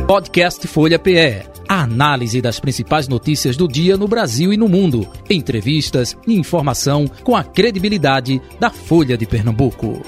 Podcast Folha PE. A análise das principais notícias do dia no Brasil e no mundo. Entrevistas e informação com a credibilidade da Folha de Pernambuco.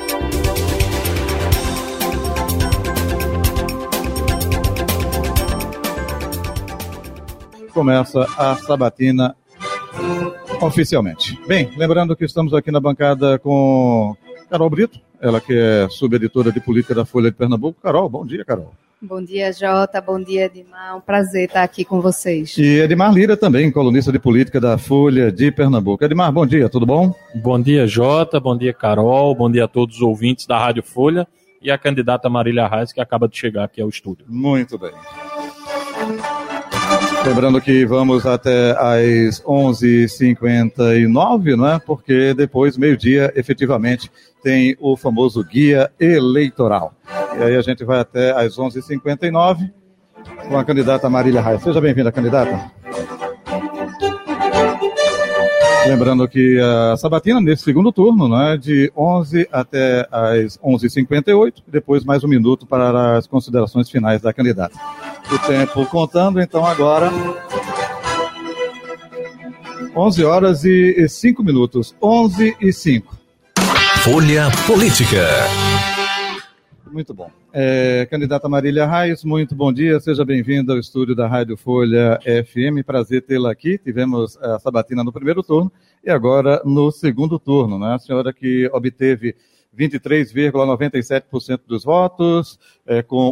Começa a sabatina oficialmente. Bem, lembrando que estamos aqui na bancada com Carol Brito, ela que é subeditora de política da Folha de Pernambuco. Carol, bom dia, Carol. Bom dia, Jota. Bom dia, Edmar. Um prazer estar aqui com vocês. E Edmar Lira também, colunista de política da Folha de Pernambuco. Edmar, bom dia, tudo bom? Bom dia, Jota. Bom dia, Carol. Bom dia a todos os ouvintes da Rádio Folha e a candidata Marília Reis, que acaba de chegar aqui ao estúdio. Muito bem. Lembrando que vamos até às 11h59, não é? Porque depois, meio-dia, efetivamente, tem o famoso guia eleitoral. E aí a gente vai até às 11h59 com a candidata Marília Reis. Seja bem-vinda, candidata. Lembrando que a sabatina, nesse segundo turno, né, de 11 até às 11h58, e depois mais um minuto para as considerações finais da candidata. O tempo contando, então agora 11 horas e 5 minutos, 11h05. Folha Política. Muito bom. Candidata Marília Reis, muito bom dia, seja bem-vinda ao estúdio da Rádio Folha FM, prazer tê-la aqui. Tivemos a sabatina no primeiro turno e agora no segundo turno, né? A senhora que obteve 23,97% dos votos, com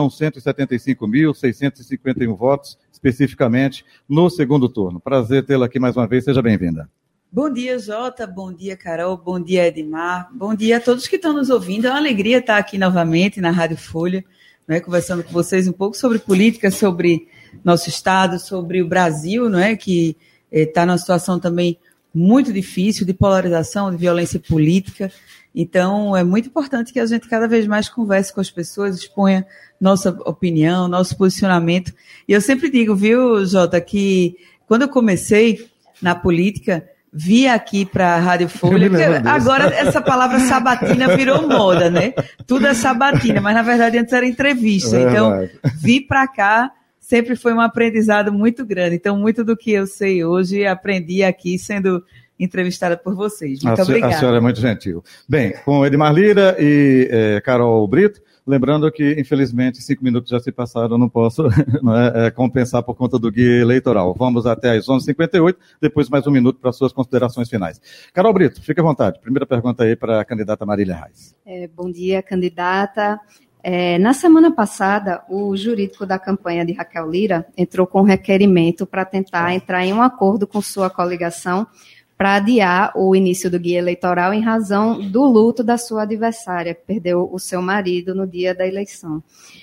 1.175.651 votos, especificamente, no segundo turno. Prazer tê-la aqui mais uma vez, seja bem-vinda. Bom dia, Jota, bom dia, Carol, bom dia, Edmar, bom dia a todos que estão nos ouvindo. É uma alegria estar aqui novamente na Rádio Folha, né, conversando com vocês um pouco sobre política, sobre nosso estado, sobre o Brasil, não é, que está numa situação também muito difícil de polarização, de violência política. Então, é muito importante que a gente cada vez mais converse com as pessoas, exponha nossa opinião, nosso posicionamento. E eu sempre digo, viu, Jota, que quando eu comecei na política, vi aqui para a Rádio Folha, agora essa palavra sabatina virou moda, né? Tudo é sabatina, mas na verdade antes era entrevista. Então, vir para cá sempre foi um aprendizado muito grande. Então, muito do que eu sei hoje, aprendi aqui sendo entrevistada por vocês. Muito obrigada. A senhora é muito gentil. Bem, com Edmar Lira e Carol Brito, lembrando que, infelizmente, 5 minutos já se passaram, não posso compensar por conta do guia eleitoral. Vamos até às 11h58, depois mais um minuto para suas considerações finais. Carol Brito, fique à vontade. Primeira pergunta aí para a candidata Marília Reis. Bom dia, candidata. Na semana passada, o jurídico da campanha de Raquel Lira entrou com requerimento para tentar entrar em um acordo com sua coligação para adiar o início do guia eleitoral em razão do luto da sua adversária, que perdeu o seu marido no dia da eleição.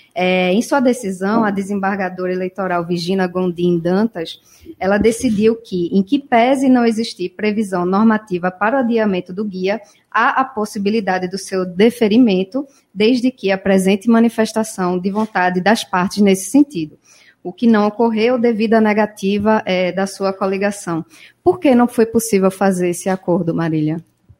Em sua decisão, a desembargadora eleitoral Virgínia Gondim Dantas, ela decidiu que, em que pese não existir previsão normativa para o adiamento do guia, há a possibilidade do seu deferimento, desde que apresente manifestação de vontade das partes nesse sentido, o que não ocorreu devido à negativa da sua coligação. Por que não foi possível fazer esse acordo, Marília?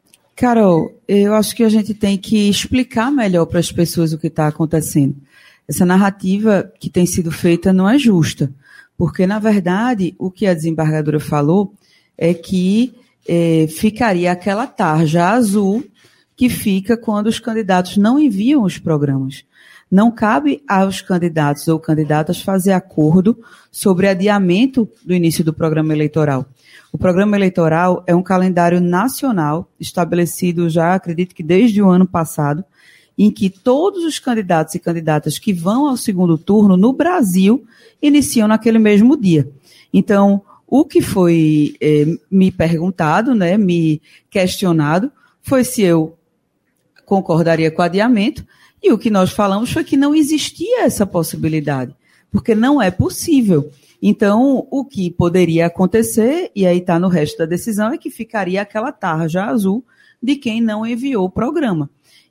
Carol, eu acho que a gente tem que explicar melhor para as pessoas o que está acontecendo. Essa narrativa que tem sido feita não é justa, porque, na verdade, o que a desembargadora falou é que ficaria aquela tarja azul que fica quando os candidatos não enviam os programas. Não cabe aos candidatos ou candidatas fazer acordo sobre adiamento do início do programa eleitoral. O programa eleitoral é um calendário nacional, estabelecido já, acredito que desde o ano passado, em que todos os candidatos e candidatas que vão ao segundo turno no Brasil iniciam naquele mesmo dia. Então, o que foi me perguntado, né, me questionado, foi se eu concordaria com o adiamento. E o que nós falamos foi que não existia essa possibilidade, porque não é possível. Então, o que poderia acontecer, e aí está no resto da decisão, é que ficaria aquela tarja azul de quem não enviou o programa.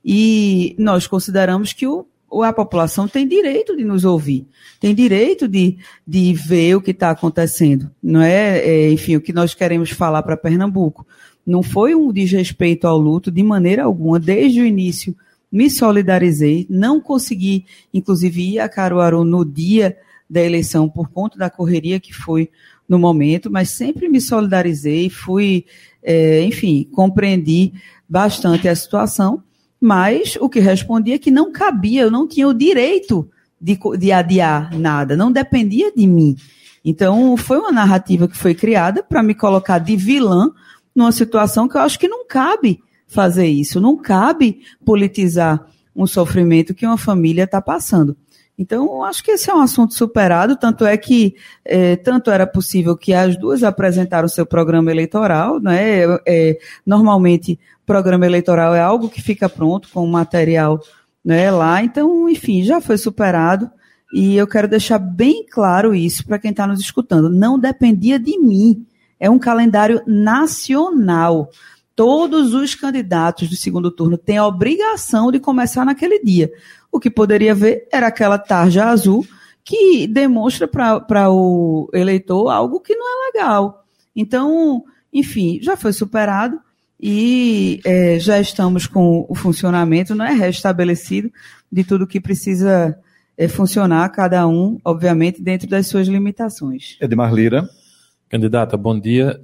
E nós consideramos que a população tem direito de nos ouvir, tem direito de ver o que está acontecendo. Não é, enfim, o que nós queremos falar para Pernambuco. Não foi um desrespeito ao luto de maneira alguma, desde o início me solidarizei, não consegui, inclusive, ir a Caruaru no dia da eleição por conta da correria que foi no momento, mas sempre me solidarizei, fui, enfim, compreendi bastante a situação, mas o que respondi é que não cabia, eu não tinha o direito de adiar nada, não dependia de mim. Então, foi uma narrativa que foi criada para me colocar de vilã numa situação que eu acho que não cabe fazer isso, não cabe politizar um sofrimento que uma família está passando. Então, eu acho que esse é um assunto superado, tanto é que tanto era possível que as duas apresentaram seu programa eleitoral, né? Normalmente, programa eleitoral é algo que fica pronto com o material, né, lá, então, enfim, já foi superado. E eu quero deixar bem claro isso para quem está nos escutando. Não dependia de mim. É um calendário nacional. Todos os candidatos do segundo turno têm a obrigação de começar naquele dia. O que poderia ver era aquela tarja azul que demonstra para o eleitor algo que não é legal. Então, enfim, já foi superado e já estamos com o funcionamento, não é restabelecido, de tudo que precisa funcionar, cada um, obviamente, dentro das suas limitações. Edmar Lira. Candidata, bom dia.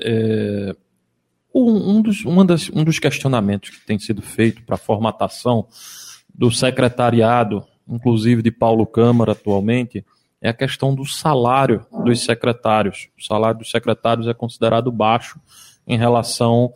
Um dos questionamentos que tem sido feito para a formatação do secretariado, inclusive de Paulo Câmara atualmente, é a questão do salário dos secretários. O salário dos secretários é considerado baixo em relação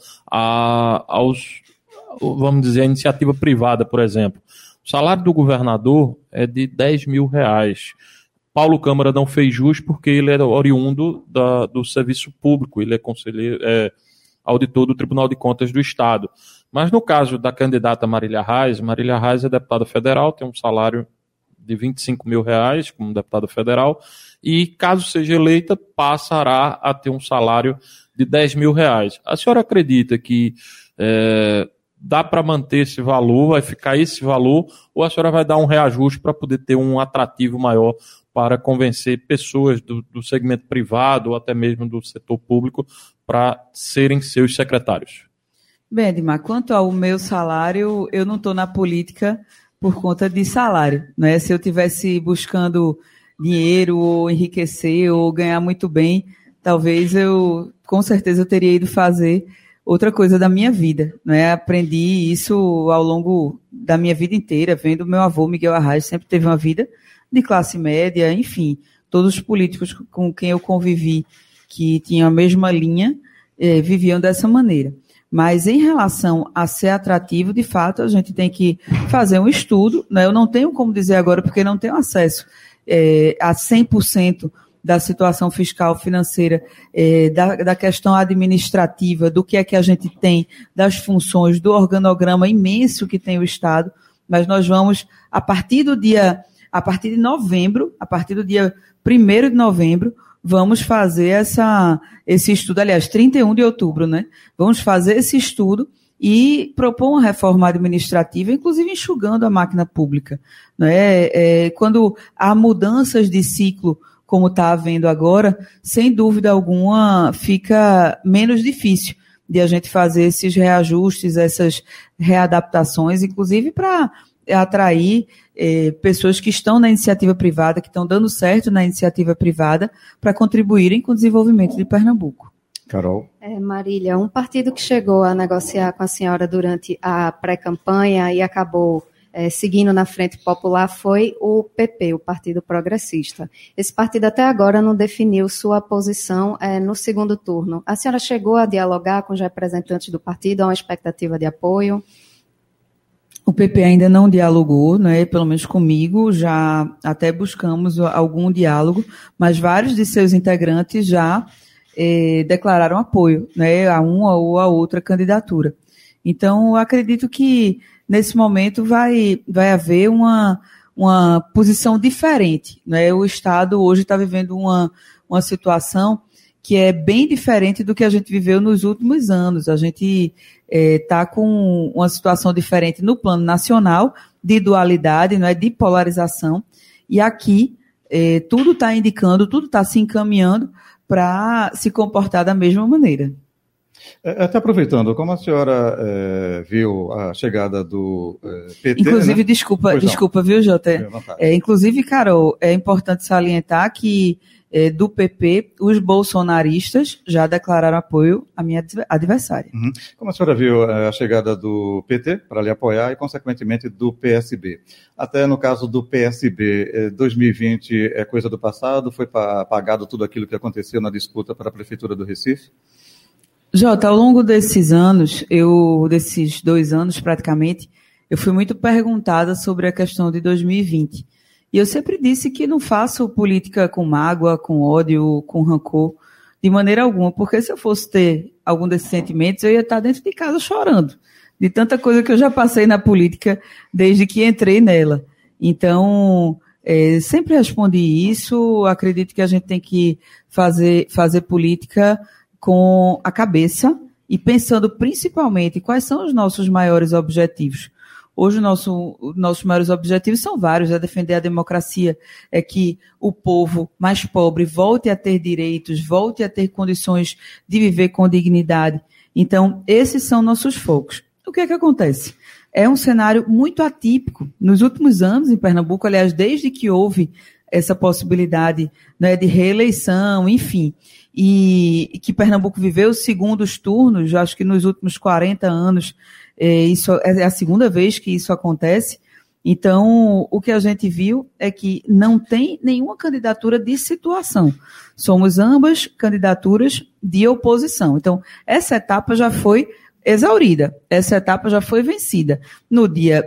vamos dizer, a iniciativa privada, por exemplo. O salário do governador é de R$10 mil. Paulo Câmara não fez jus porque ele era oriundo do serviço público, ele é conselheiro, auditor do Tribunal de Contas do Estado. Mas no caso da candidata Marília Reis é deputada federal, tem um salário de R$25 mil como deputada federal, e caso seja eleita, passará a ter um salário de R$10 mil. A senhora acredita que dá para manter esse valor, vai ficar esse valor, ou a senhora vai dar um reajuste para poder ter um atrativo maior para convencer pessoas do segmento privado ou até mesmo do setor público para serem seus secretários? Bem, Edmar, quanto ao meu salário, eu não estou na política por conta de salário, né? Se eu estivesse buscando dinheiro ou enriquecer ou ganhar muito bem, talvez com certeza eu teria ido fazer outra coisa da minha vida, né? Aprendi isso ao longo da minha vida inteira, vendo meu avô Miguel Arraes, sempre teve uma vida de classe média, enfim, todos os políticos com quem eu convivi que tinham a mesma linha, viviam dessa maneira. Mas em relação a ser atrativo, de fato, a gente tem que fazer um estudo, né? Eu não tenho como dizer agora, porque não tenho acesso a 100% da situação fiscal financeira, da questão administrativa, do que é que a gente tem, das funções, do organograma imenso que tem o Estado, mas nós vamos, a partir do dia 1º de novembro, vamos fazer esse estudo, aliás, 31 de outubro, né? Vamos fazer esse estudo e propor uma reforma administrativa, inclusive enxugando a máquina pública, né? Quando há mudanças de ciclo, como está havendo agora, sem dúvida alguma fica menos difícil de a gente fazer esses reajustes, essas readaptações, inclusive para atrair pessoas que estão na iniciativa privada, que estão dando certo na iniciativa privada, para contribuírem com o desenvolvimento de Pernambuco. Carol. Marília, um partido que chegou a negociar com a senhora durante a pré-campanha e acabou seguindo na Frente Popular foi o PP, o Partido Progressista. Esse partido até agora não definiu sua posição no segundo turno. A senhora chegou a dialogar com os representantes do partido, há uma expectativa de apoio? O PP ainda não dialogou, né? Pelo menos comigo, já até buscamos algum diálogo, mas vários de seus integrantes já declararam apoio, né, a uma ou a outra candidatura. Então, eu acredito que nesse momento vai haver uma posição diferente, né? O Estado hoje está vivendo uma situação que é bem diferente do que a gente viveu nos últimos anos. A gente está com uma situação diferente no plano nacional, de dualidade, não é, de polarização, e aqui tudo está indicando, tudo está se encaminhando para se comportar da mesma maneira. Até aproveitando, como a senhora viu a chegada do PT... Inclusive, né? desculpa, viu, Jota? Inclusive, Carol, é importante salientar que do PP, os bolsonaristas já declararam apoio à minha adversária. Uhum. Como a senhora viu a chegada do PT para lhe apoiar e, consequentemente, do PSB? Até no caso do PSB, 2020 é coisa do passado? Foi apagado tudo aquilo que aconteceu na disputa para a Prefeitura do Recife? Jota, ao longo desses 2 anos praticamente, eu fui muito perguntada sobre a questão de 2020. E eu sempre disse que não faço política com mágoa, com ódio, com rancor, de maneira alguma, porque se eu fosse ter algum desses sentimentos, eu ia estar dentro de casa chorando, de tanta coisa que eu já passei na política desde que entrei nela. Então, sempre respondi isso, acredito que a gente tem que fazer política com a cabeça e pensando principalmente quais são os nossos maiores objetivos. Hoje, nossos maiores objetivos são vários, é defender a democracia, é que o povo mais pobre volte a ter direitos, volte a ter condições de viver com dignidade. Então, esses são nossos focos. O que é que acontece? É um cenário muito atípico. Nos últimos anos, em Pernambuco, aliás, desde que houve essa possibilidade, né, de reeleição, enfim, e que Pernambuco viveu segundos turnos, acho que nos últimos 40 anos, isso é a segunda vez que isso acontece. Então, o que a gente viu é que não tem nenhuma candidatura de situação. Somos ambas candidaturas de oposição. Então, essa etapa já foi exaurida, essa etapa já foi vencida. No dia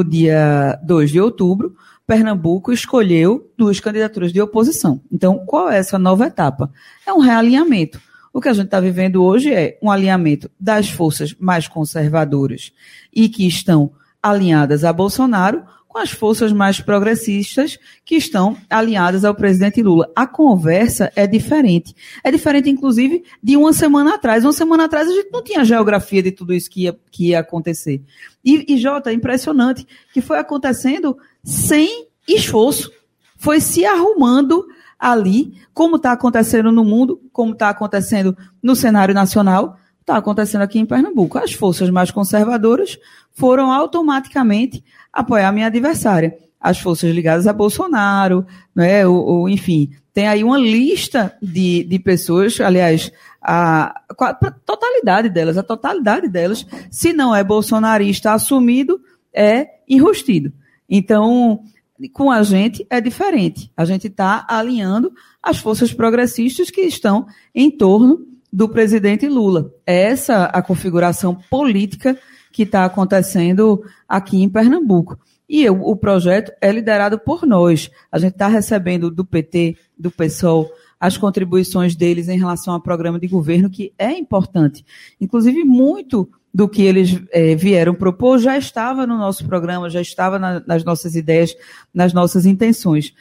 2 de outubro, Pernambuco escolheu 2 candidaturas de oposição. Então, qual é essa nova etapa? É um realinhamento. O que a gente está vivendo hoje é um alinhamento das forças mais conservadoras e que estão alinhadas a Bolsonaro com as forças mais progressistas que estão alinhadas ao presidente Lula. A conversa é diferente. É diferente, inclusive, de uma semana atrás. Uma semana atrás a gente não tinha geografia de tudo isso que ia acontecer. E Jota, é impressionante que foi acontecendo sem esforço. Foi se arrumando ali, como está acontecendo no mundo, como está acontecendo no cenário nacional, está acontecendo aqui em Pernambuco. As forças mais conservadoras foram automaticamente apoiar a minha adversária. As forças ligadas a Bolsonaro, né, enfim, tem aí uma lista de pessoas, aliás, a totalidade delas, se não é bolsonarista assumido, é enrustido. Então, com a gente é diferente. A gente está alinhando as forças progressistas que estão em torno do presidente Lula. É essa a configuração política que está acontecendo aqui em Pernambuco. E o projeto é liderado por nós. A gente está recebendo do PT, do PSOL, as contribuições deles em relação ao programa de governo, que é importante. Inclusive, muito do que eles vieram propor já estava no nosso programa, já estava nas nossas ideias, nas nossas intenções.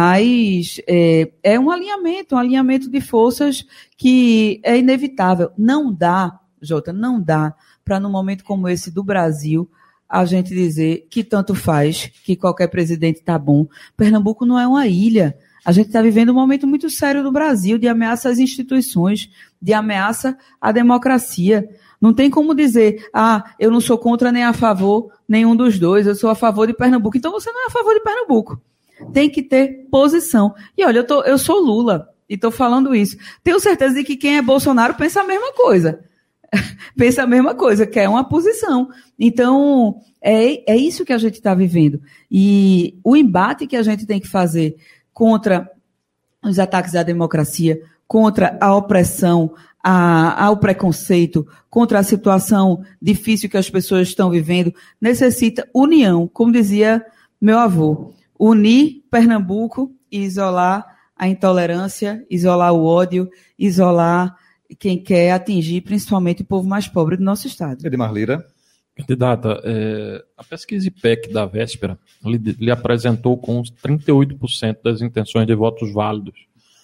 Mas é um alinhamento de forças que é inevitável. Não dá, Jota, não dá para, num momento como esse do Brasil, a gente dizer que tanto faz, que qualquer presidente está bom. Pernambuco não é uma ilha. A gente está vivendo um momento muito sério no Brasil, de ameaça às instituições, de ameaça à democracia. Não tem como dizer, eu não sou contra nem a favor nenhum dos dois, eu sou a favor de Pernambuco. Então você não é a favor de Pernambuco. Tem que ter posição. E olha, eu sou Lula e estou falando isso. Tenho certeza de que quem é Bolsonaro pensa a mesma coisa. Pensa a mesma coisa, quer uma posição. Então, é isso que a gente está vivendo. E o embate que a gente tem que fazer contra os ataques à democracia, contra a opressão, ao preconceito, contra a situação difícil que as pessoas estão vivendo, necessita união, como dizia meu avô, unir Pernambuco e isolar a intolerância, isolar o ódio, isolar quem quer atingir principalmente o povo mais pobre do nosso estado. Edmar Lira. Candidata, a pesquisa IPEC da véspera lhe apresentou com uns 38% das intenções de votos válidos.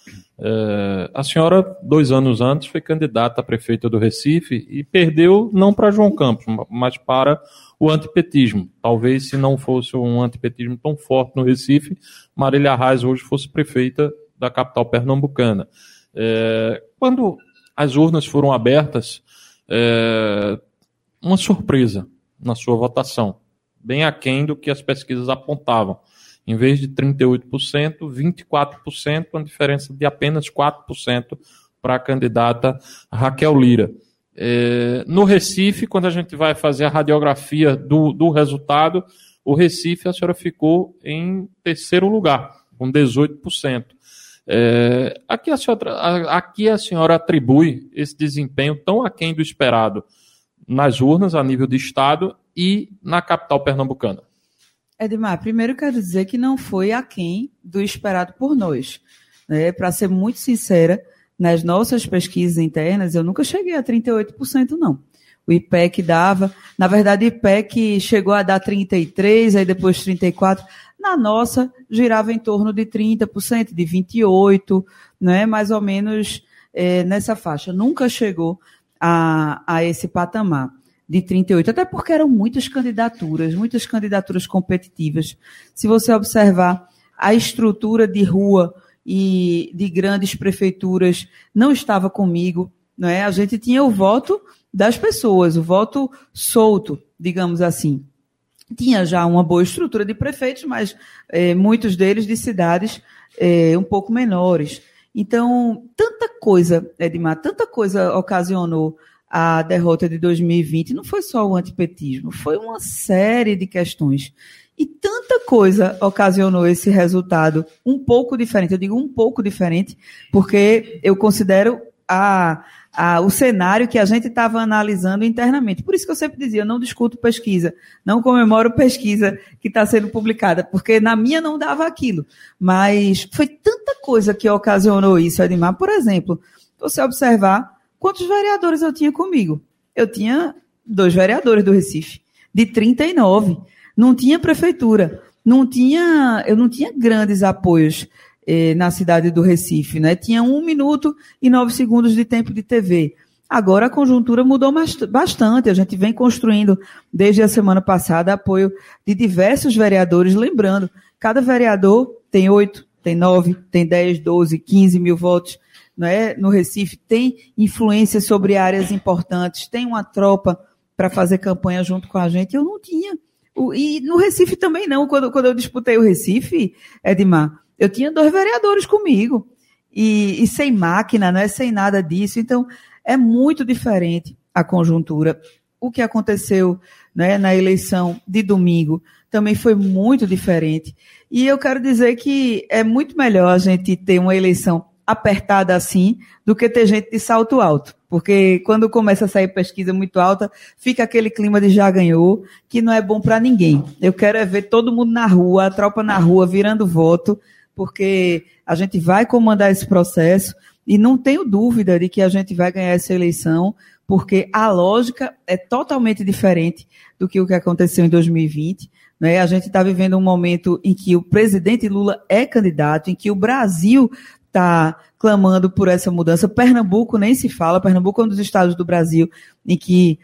A senhora, 2 anos antes, foi candidata a prefeita do Recife e perdeu não para João Campos, mas para o antipetismo. Talvez, se não fosse um antipetismo tão forte no Recife, Marília Arraes hoje fosse prefeita da capital pernambucana. Quando as urnas foram abertas, uma surpresa na sua votação, bem aquém do que as pesquisas apontavam. Em vez de 38%, 24%, uma diferença de apenas 4% para a candidata Raquel Lira. No Recife, quando a gente vai fazer a radiografia do resultado, o Recife, a senhora ficou em terceiro lugar, com 18%. Aqui a senhora atribui esse desempenho tão aquém do esperado nas urnas, a nível de Estado e na capital pernambucana. Edmar, primeiro quero dizer que não foi aquém do esperado por nós. Para ser muito sincera, nas nossas pesquisas internas, eu nunca cheguei a 38%, não. O IPEC dava, na verdade, o IPEC chegou a dar 33%, aí depois 34%. Na nossa, girava em torno de 30%, de 28%, né? Mais ou menos nessa faixa. Nunca chegou a esse patamar de 38%, até porque eram muitas candidaturas competitivas. Se você observar a estrutura de rua e de grandes prefeituras, não estava comigo, não é? A gente tinha o voto das pessoas, o voto solto, digamos assim. Tinha já uma boa estrutura de prefeitos, mas muitos deles de cidades um pouco menores. Então, tanta coisa, Edmar, tanta coisa ocasionou a derrota de 2020. Não foi só o antipetismo, foi uma série de questões. E tanta coisa ocasionou esse resultado um pouco diferente. Eu digo um pouco diferente, porque eu considero o cenário que a gente estava analisando internamente. Por isso que eu sempre dizia, eu não discuto pesquisa, não comemoro pesquisa que está sendo publicada, porque na minha não dava aquilo. Mas foi tanta coisa que ocasionou isso, Edmar. Por exemplo, você observar quantos vereadores eu tinha comigo. Eu tinha 2 vereadores do Recife, de 39. Não tinha prefeitura, eu não tinha grandes apoios na cidade do Recife, né? Tinha 1 minuto e 9 segundos de tempo de TV. Agora a conjuntura mudou bastante. A gente vem construindo, desde a semana passada, apoio de diversos vereadores. Lembrando, cada vereador tem 8, tem 9, tem 10, 12, 15 mil votos, né? No Recife, tem influência sobre áreas importantes, tem uma tropa para fazer campanha junto com a gente. Eu não tinha. E no Recife também não. Quando eu disputei o Recife, Edmar, eu tinha 2 vereadores comigo, e sem máquina, né, sem nada disso. Então, é muito diferente a conjuntura. O que aconteceu, né, na eleição de domingo também foi muito diferente. E eu quero dizer que é muito melhor a gente ter uma eleição apertada assim do que ter gente de salto alto. Porque quando começa a sair pesquisa muito alta, fica aquele clima de já ganhou, que não é bom para ninguém. Eu quero ver todo mundo na rua, a tropa na rua, virando voto, porque a gente vai comandar esse processo e não tenho dúvida de que a gente vai ganhar essa eleição, porque a lógica é totalmente diferente do que o que aconteceu em 2020. Né? A gente está vivendo um momento em que o presidente Lula é candidato, em que o Brasil está clamando por essa mudança. Pernambuco nem se fala. Pernambuco é um dos estados do Brasil em que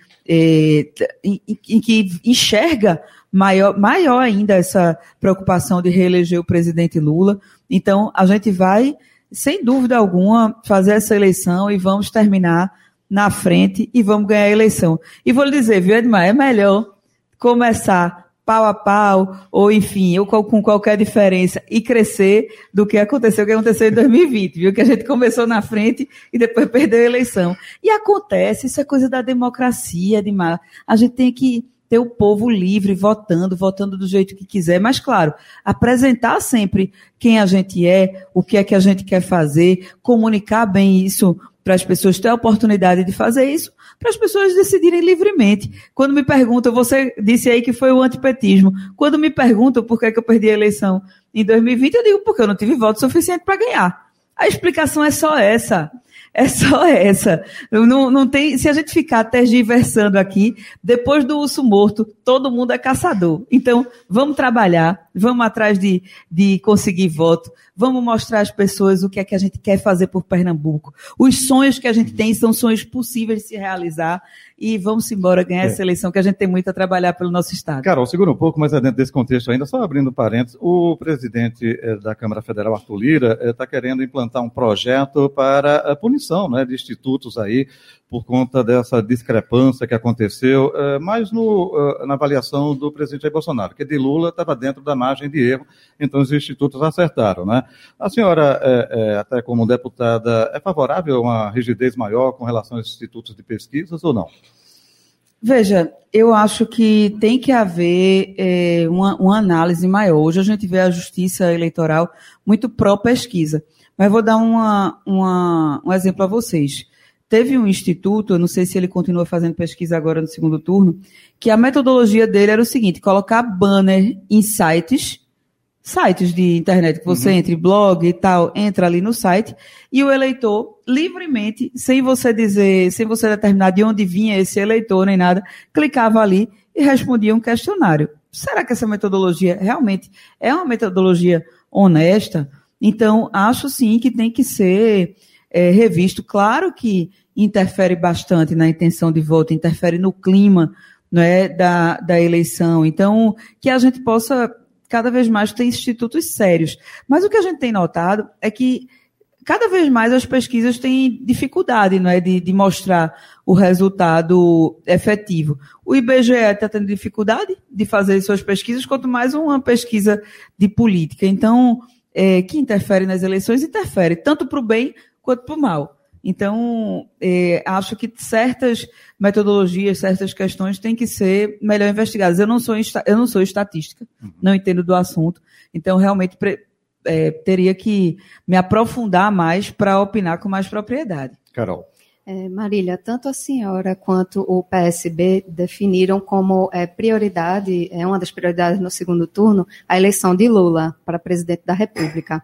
enxerga maior ainda essa preocupação de reeleger o presidente Lula. Então, a gente vai, sem dúvida alguma, fazer essa eleição e vamos terminar na frente e vamos ganhar a eleição. E vou lhe dizer, viu, Edmar, é melhor começar pau a pau, ou enfim, ou com qualquer diferença, e crescer do que aconteceu em 2020, viu? Que a gente começou na frente e depois perdeu a eleição. E acontece, isso é coisa da democracia, Edmar. A gente tem que ter o povo livre, votando do jeito que quiser, mas, claro, apresentar sempre quem a gente é, o que é que a gente quer fazer, comunicar bem isso para as pessoas terem a oportunidade de fazer isso, para as pessoas decidirem livremente. Quando me perguntam, você disse aí que foi o antipetismo, quando me perguntam por que eu perdi a eleição em 2020, eu digo porque eu não tive voto suficiente para ganhar. A explicação é só essa. É só essa. Não tem, se a gente ficar tergiversando aqui, depois do urso morto, todo mundo é caçador. Então, vamos trabalhar, vamos atrás de conseguir voto, vamos mostrar às pessoas o que é que a gente quer fazer por Pernambuco. Os sonhos que a gente tem são sonhos possíveis de se realizar e vamos embora ganhar essa eleição, que a gente tem muito a trabalhar pelo nosso Estado. Carol, segura um pouco, mas é dentro desse contexto ainda, só abrindo parênteses, o presidente da Câmara Federal, Arthur Lira, está querendo implantar um projeto para punição, né, de institutos aí, por conta dessa discrepância que aconteceu, mas na avaliação do presidente Jair Bolsonaro, que de Lula estava dentro da margem de erro, então os institutos acertaram, né? A senhora, até como deputada, é favorável a uma rigidez maior com relação aos institutos de pesquisas ou não? Veja, eu acho que tem que haver uma análise maior. Hoje a gente vê a justiça eleitoral muito pró-pesquisa, mas vou dar um exemplo a vocês. Teve um instituto, eu não sei se ele continua fazendo pesquisa agora no segundo turno, que a metodologia dele era o seguinte: colocar banner em sites de internet, que você entre, blog e tal, entra ali no site, e o eleitor, livremente, sem você determinar de onde vinha esse eleitor nem nada, clicava ali e respondia um questionário. Será que essa metodologia realmente é uma metodologia honesta? Então, acho sim que tem que ser revisto. Claro que interfere bastante na intenção de voto, interfere no clima, né, da eleição. Então, que a gente possa cada vez mais ter institutos sérios. Mas o que a gente tem notado é que cada vez mais as pesquisas têm dificuldade, não é, de mostrar o resultado efetivo. O IBGE está tendo dificuldade de fazer suas pesquisas, quanto mais uma pesquisa de política. Então, que interfere nas eleições, interfere tanto para o bem quanto para o mal. Então, acho que certas metodologias, certas questões têm que ser melhor investigadas. Eu não sou estatística, não entendo do assunto, então realmente teria que me aprofundar mais para opinar com mais propriedade. Carol. Marília, tanto a senhora quanto o PSB definiram como prioridade, uma das prioridades no segundo turno, a eleição de Lula para presidente da República.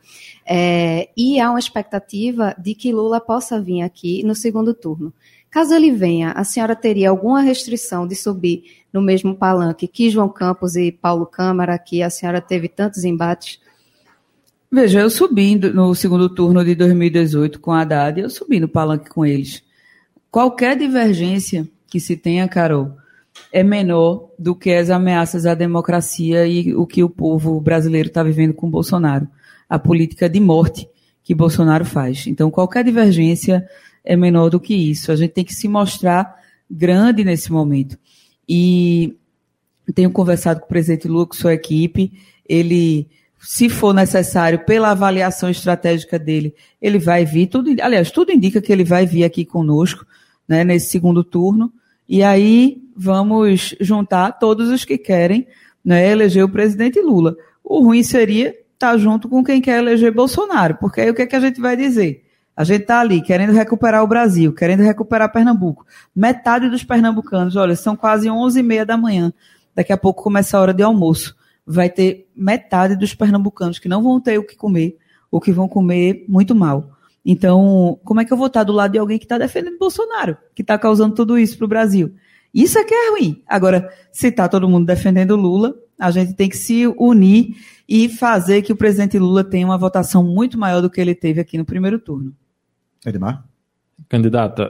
E há uma expectativa de que Lula possa vir aqui no segundo turno. Caso ele venha, a senhora teria alguma restrição de subir no mesmo palanque que João Campos e Paulo Câmara, que a senhora teve tantos embates? Veja, eu subi no segundo turno de 2018 com a Haddad, eu subi no palanque com eles. Qualquer divergência que se tenha, Carol, é menor do que as ameaças à democracia e o que o povo brasileiro está vivendo com Bolsonaro. A política de morte que Bolsonaro faz. Então, qualquer divergência é menor do que isso. A gente tem que se mostrar grande nesse momento. E tenho conversado com o presidente Lula, com sua equipe. Ele, se for necessário, pela avaliação estratégica dele, ele vai vir. Tudo indica que ele vai vir aqui conosco, né, nesse segundo turno, e aí vamos juntar todos os que querem, né, eleger o presidente Lula. O ruim seria estar junto com quem quer eleger Bolsonaro, porque aí o que é que a gente vai dizer? A gente está ali querendo recuperar o Brasil, querendo recuperar Pernambuco. Metade dos pernambucanos, olha, são quase 11h30 da manhã, daqui a pouco começa a hora de almoço. Vai ter metade dos pernambucanos que não vão ter o que comer, ou que vão comer muito mal. Então, como é que eu vou estar do lado de alguém que está defendendo Bolsonaro, que está causando tudo isso para o Brasil? Isso é que é ruim. Agora, se está todo mundo defendendo Lula, a gente tem que se unir e fazer que o presidente Lula tenha uma votação muito maior do que ele teve aqui no primeiro turno. Edmar? Candidata,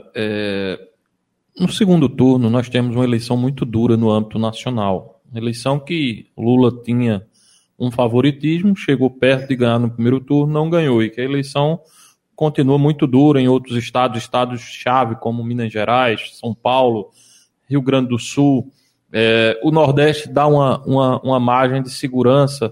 no segundo turno nós temos uma eleição muito dura no âmbito nacional. Uma eleição que Lula tinha um favoritismo, chegou perto de ganhar no primeiro turno, não ganhou, e que a eleição continua muito dura em outros estados-chave, como Minas Gerais, São Paulo, Rio Grande do Sul. O Nordeste dá uma margem de segurança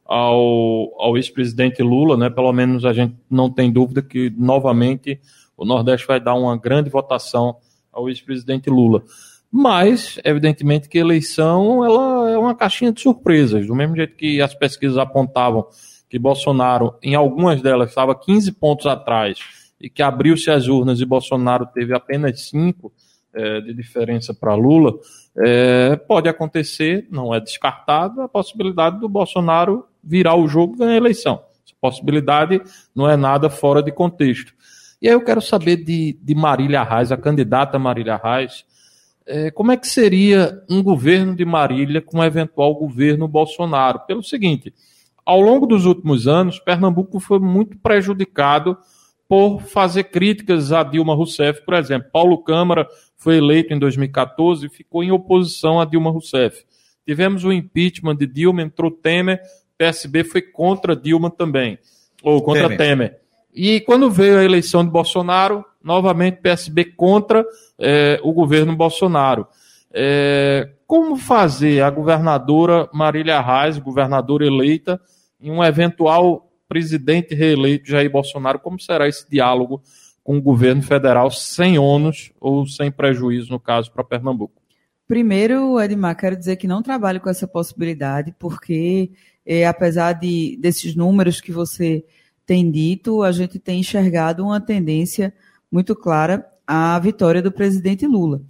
ao ex-presidente Lula, né? Pelo menos a gente não tem dúvida que, novamente, o Nordeste vai dar uma grande votação ao ex-presidente Lula. Mas, evidentemente, que a eleição ela é uma caixinha de surpresas. Do mesmo jeito que as pesquisas apontavam que Bolsonaro, em algumas delas, estava 15 pontos atrás e que abriu-se as urnas e Bolsonaro teve apenas 5 de diferença para Lula, pode acontecer, não é descartado, a possibilidade do Bolsonaro virar o jogo e ganhar a eleição. Essa possibilidade não é nada fora de contexto. E aí eu quero saber de Marília Reis, a candidata Marília Reis, como é que seria um governo de Marília com um eventual governo Bolsonaro? Pelo seguinte, ao longo dos últimos anos, Pernambuco foi muito prejudicado por fazer críticas a Dilma Rousseff, por exemplo. Paulo Câmara foi eleito em 2014 e ficou em oposição a Dilma Rousseff. Tivemos o impeachment de Dilma, entrou Temer, PSB foi contra Dilma também, ou contra Temer. E quando veio a eleição de Bolsonaro, novamente PSB contra o governo Bolsonaro. Como fazer a governadora Marília Reis, governadora eleita, em um eventual presidente reeleito Jair Bolsonaro, como será esse diálogo com o governo federal sem ônus ou sem prejuízo, no caso, para Pernambuco? Primeiro, Edmar, quero dizer que não trabalho com essa possibilidade, porque apesar desses números que você tem dito, a gente tem enxergado uma tendência muito clara à vitória do presidente Lula.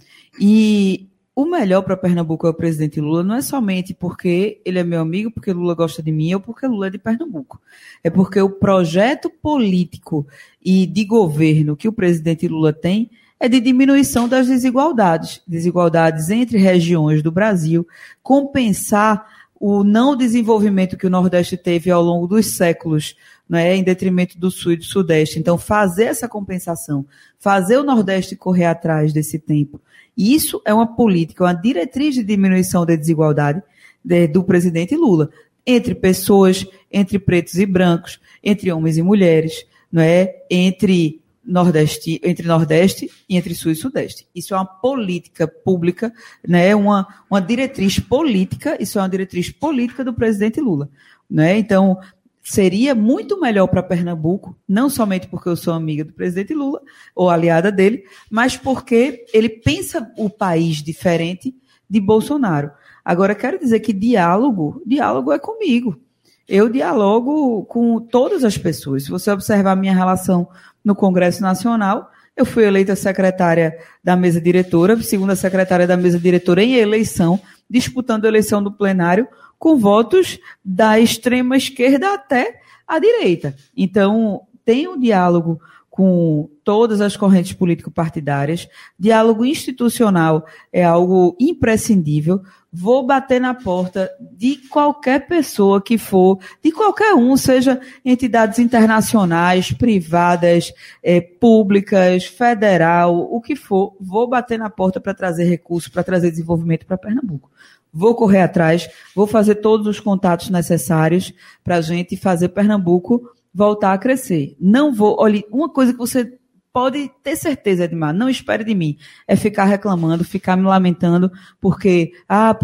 E o melhor para Pernambuco é o presidente Lula, não é somente porque ele é meu amigo, porque Lula gosta de mim ou porque Lula é de Pernambuco. É porque o projeto político e de governo que o presidente Lula tem é de diminuição das desigualdades entre regiões do Brasil, compensar o não desenvolvimento que o Nordeste teve ao longo dos séculos, né, em detrimento do Sul e do Sudeste. Então, fazer essa compensação, fazer o Nordeste correr atrás desse tempo. Isso é uma política, uma diretriz de diminuição da desigualdade do presidente Lula, entre pessoas, entre pretos e brancos, entre homens e mulheres, né, entre Nordeste e entre Sul e Sudeste. Isso é uma política pública, né, uma diretriz política, isso é uma diretriz política do presidente Lula. Né? Então, seria muito melhor para Pernambuco, não somente porque eu sou amiga do presidente Lula, ou aliada dele, mas porque ele pensa o país diferente de Bolsonaro. Agora, quero dizer que diálogo é comigo. Eu dialogo com todas as pessoas. Se você observar a minha relação no Congresso Nacional, eu fui eleita secretária da mesa diretora, segunda secretária da mesa diretora em eleição, disputando a eleição do plenário, com votos da extrema esquerda até a direita. Então, tem um diálogo com todas as correntes político-partidárias, diálogo institucional é algo imprescindível. Vou bater na porta de qualquer pessoa que for, de qualquer um, seja entidades internacionais, privadas, públicas, federal, o que for, vou bater na porta para trazer recursos, para trazer desenvolvimento para Pernambuco. Vou correr atrás, vou fazer todos os contatos necessários para a gente fazer Pernambuco voltar a crescer. Não vou, olha, uma coisa que você pode ter certeza, Edmar, não espere de mim, é ficar reclamando, ficar me lamentando, porque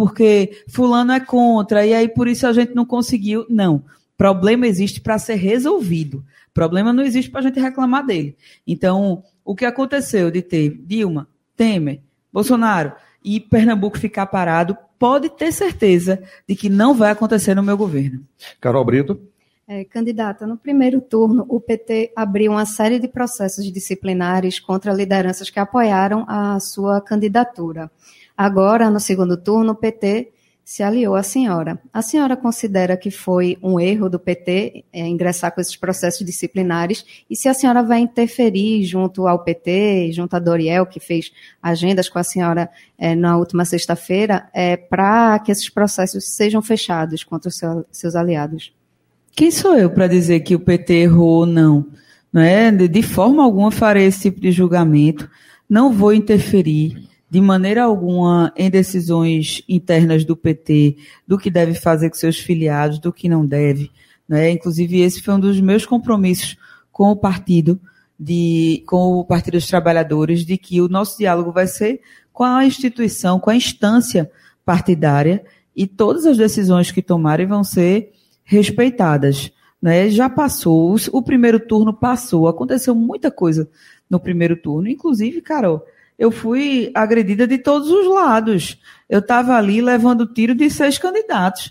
fulano é contra, e aí por isso a gente não conseguiu. Não, problema existe para ser resolvido. Problema não existe para a gente reclamar dele. Então, o que aconteceu de ter Dilma, Temer, Bolsonaro e Pernambuco ficar parado, pode ter certeza de que não vai acontecer no meu governo. Carol Brito. Candidata, no primeiro turno, o PT abriu uma série de processos disciplinares contra lideranças que apoiaram a sua candidatura. Agora, no segundo turno, o PT se aliou à senhora. A senhora considera que foi um erro do PT ingressar com esses processos disciplinares? E se a senhora vai interferir junto ao PT, junto a Doriel, que fez agendas com a senhora na última sexta-feira, para que esses processos sejam fechados contra os seus aliados? Quem sou eu para dizer que o PT errou ou não? Não é? De forma alguma farei esse tipo de julgamento. Não vou interferir de maneira alguma em decisões internas do PT, do que deve fazer com seus filiados, do que não deve. Não é? Inclusive, esse foi um dos meus compromissos com o partido dos trabalhadores, de que o nosso diálogo vai ser com a instituição, com a instância partidária, e todas as decisões que tomarem vão ser respeitadas, né? Já passou, o primeiro turno passou, aconteceu muita coisa no primeiro turno, inclusive, Carol, eu fui agredida de todos os lados, eu estava ali levando tiro de 6 candidatos,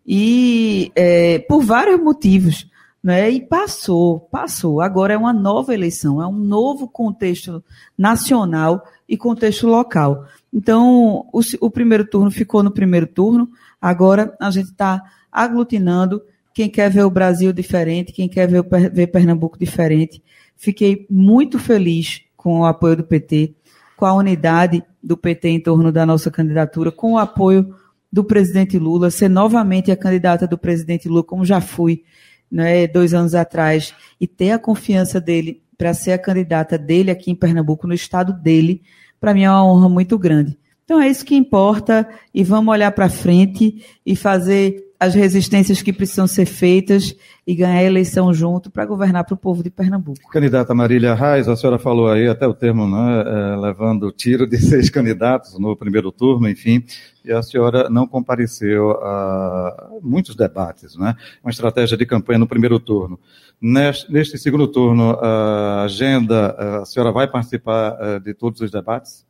e por vários motivos, né? E passou, agora é uma nova eleição, é um novo contexto nacional e contexto local. Então, o primeiro turno ficou no primeiro turno, agora a gente está aglutinando quem quer ver o Brasil diferente, quem quer ver Pernambuco diferente. Fiquei muito feliz com o apoio do PT, com a unidade do PT em torno da nossa candidatura, com o apoio do presidente Lula, ser novamente a candidata do presidente Lula, como já fui, né, 2 anos atrás, e ter a confiança dele para ser a candidata dele aqui em Pernambuco, no estado dele, para mim é uma honra muito grande. Então é isso que importa, e vamos olhar para frente e fazer as resistências que precisam ser feitas e ganhar a eleição junto para governar para o povo de Pernambuco. Candidata Marília Reis, a senhora falou aí até o termo, né, levando tiro de 6 candidatos no primeiro turno, enfim, e a senhora não compareceu a muitos debates, né? Uma estratégia de campanha no primeiro turno. Neste segundo turno, a agenda, a senhora vai participar de todos os debates?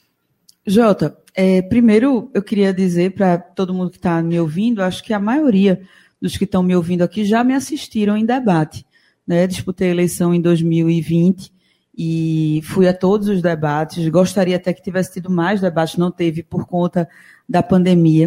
Jota, primeiro eu queria dizer para todo mundo que está me ouvindo, acho que a maioria dos que estão me ouvindo aqui já me assistiram em debate, né? Disputei a eleição em 2020 e fui a todos os debates, gostaria até que tivesse tido mais debates, não teve por conta da pandemia.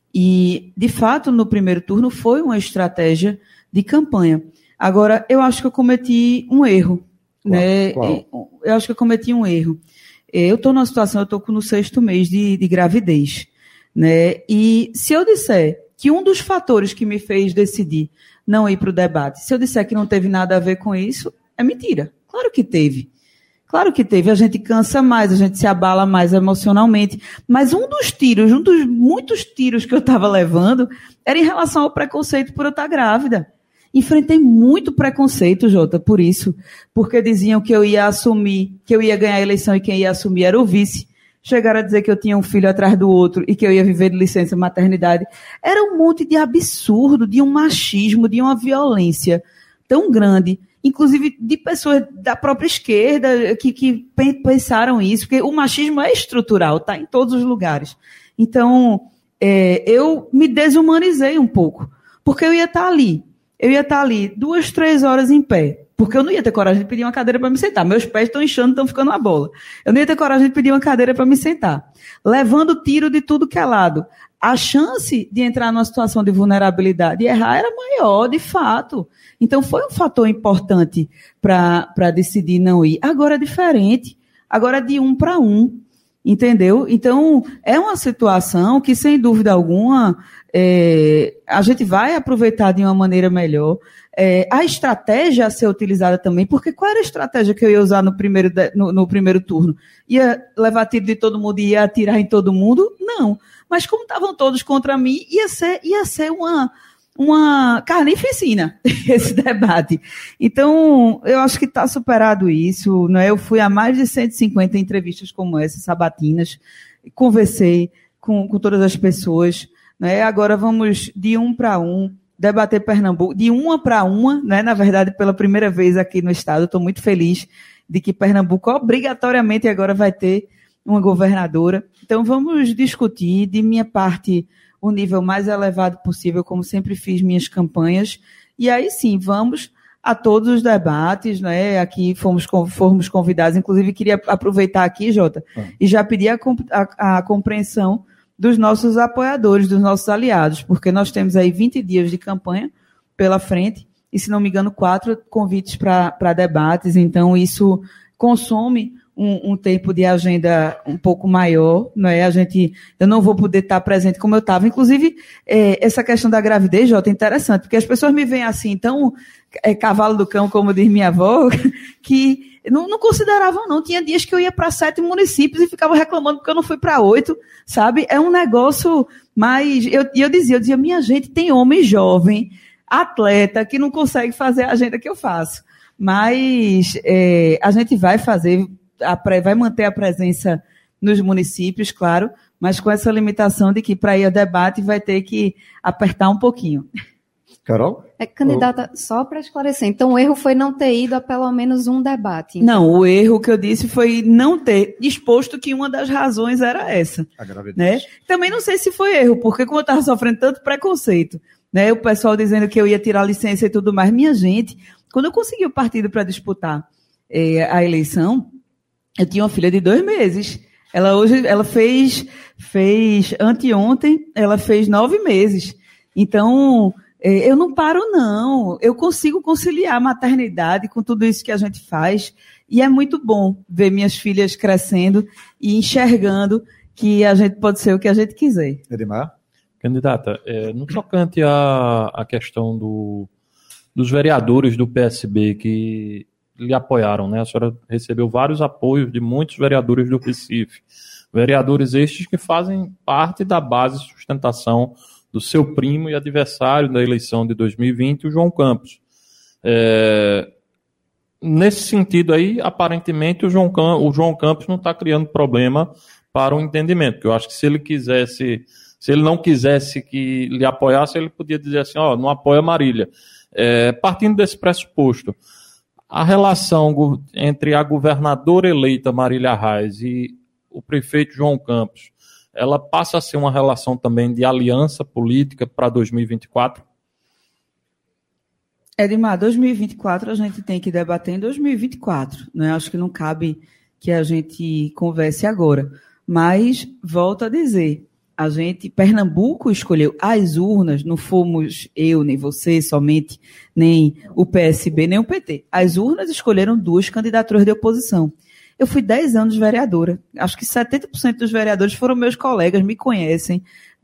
E, de fato, no primeiro turno foi uma estratégia de campanha. Agora, eu acho que eu cometi um erro, né? Eu acho que eu cometi um erro. Eu estou numa situação, eu estou no 6º mês de gravidez, né? E se eu disser que um dos fatores que me fez decidir não ir para o debate, se eu disser que não teve nada a ver com isso, é mentira. Claro que teve. Claro que teve. A gente cansa mais, a gente se abala mais emocionalmente. Mas um dos muitos tiros que eu estava levando era em relação ao preconceito por eu estar grávida. Enfrentei muito preconceito, Jota, por isso, porque diziam que eu ia assumir, que eu ia ganhar a eleição e quem ia assumir era o vice. Chegaram a dizer que eu tinha um filho atrás do outro e que eu ia viver de licença maternidade. Era um monte de absurdo, de um machismo, de uma violência tão grande, inclusive de pessoas da própria esquerda que pensaram isso, porque o machismo é estrutural, está em todos os lugares. Então, eu me desumanizei um pouco, porque eu ia estar ali. Eu ia estar ali 2, 3 horas em pé, porque eu não ia ter coragem de pedir uma cadeira para me sentar. Meus pés estão inchando, estão ficando uma bola. Eu não ia ter coragem de pedir uma cadeira para me sentar. Levando tiro de tudo que é lado. A chance de entrar numa situação de vulnerabilidade e errar era maior, de fato. Então, foi um fator importante para decidir não ir. Agora é diferente. Agora é de 1 para 1. Entendeu? Então, é uma situação que, sem dúvida alguma, a gente vai aproveitar de uma maneira melhor. A estratégia a ser utilizada também, porque qual era a estratégia que eu ia usar no primeiro turno? Ia levar tiro de todo mundo e ia atirar em todo mundo? Não. Mas como estavam todos contra mim, ia ser uma carnificina esse debate. Então, eu acho que está superado isso, né? Eu fui a mais de 150 entrevistas como essa, sabatinas, conversei com todas as pessoas, né? Agora vamos de 1 para 1, debater Pernambuco, de 1 para 1, né? Na verdade, pela primeira vez aqui no estado, estou muito feliz de que Pernambuco obrigatoriamente agora vai ter uma governadora. Então, vamos discutir, de minha parte, o nível mais elevado possível, como sempre fiz minhas campanhas. E aí sim, vamos a todos os debates, né? Aqui fomos convidados, inclusive queria aproveitar aqui, Jota, e já pedir a compreensão dos nossos apoiadores, dos nossos aliados, porque nós temos aí 20 dias de campanha pela frente, e se não me engano, 4 convites para debates, então isso consome um tempo de agenda um pouco maior, não é? Eu não vou poder estar presente como eu estava. Inclusive, essa questão da gravidez, Jota, é interessante, porque as pessoas me veem assim, então, cavalo do cão, como diz minha avó, que não consideravam, não. Tinha dias que eu ia para 7 municípios e ficava reclamando porque eu não fui para 8, sabe? É um negócio mais... Eu dizia, minha gente, tem homem jovem, atleta, que não consegue fazer a agenda que eu faço. Mas a gente vai fazer... vai manter a presença nos municípios, claro, mas com essa limitação de que para ir a debate vai ter que apertar um pouquinho. Carol? Candidata, só para esclarecer, então o erro foi não ter ido a pelo menos um debate? Então. Não, o erro que eu disse foi não ter disposto que uma das razões era essa. A gravidez. Né? Também não sei se foi erro, porque como eu estava sofrendo tanto preconceito, né, o pessoal dizendo que eu ia tirar licença e tudo mais, minha gente, quando eu consegui o partido para disputar a eleição, eu tinha uma filha de 2 meses. Ela fez anteontem, ela fez 9 meses. Então, eu não paro, não. Eu consigo conciliar a maternidade com tudo isso que a gente faz. E é muito bom ver minhas filhas crescendo e enxergando que a gente pode ser o que a gente quiser. Edmar? Candidata, no tocante à questão dos vereadores do PSB que lhe apoiaram, né? A senhora recebeu vários apoios de muitos vereadores do Recife. Vereadores estes que fazem parte da base de sustentação do seu primo e adversário da eleição de 2020, o João Campos. Nesse sentido aí, aparentemente, o João Campos não está criando problema para o entendimento, porque eu acho que se ele não quisesse que lhe apoiasse, ele podia dizer assim, não apoia Marília. Partindo desse pressuposto, a relação entre a governadora eleita Marília Reis e o prefeito João Campos, ela passa a ser uma relação também de aliança política para 2024? Edmar, 2024 a gente tem que debater em 2024, né? Acho que não cabe que a gente converse agora. Mas, volto a dizer, Pernambuco escolheu as urnas, não fomos eu, nem você somente, nem o PSB, nem o PT. As urnas escolheram 2 candidaturas de oposição. Eu fui 10 anos vereadora. Acho que 70% dos vereadores foram meus colegas, me conhecem,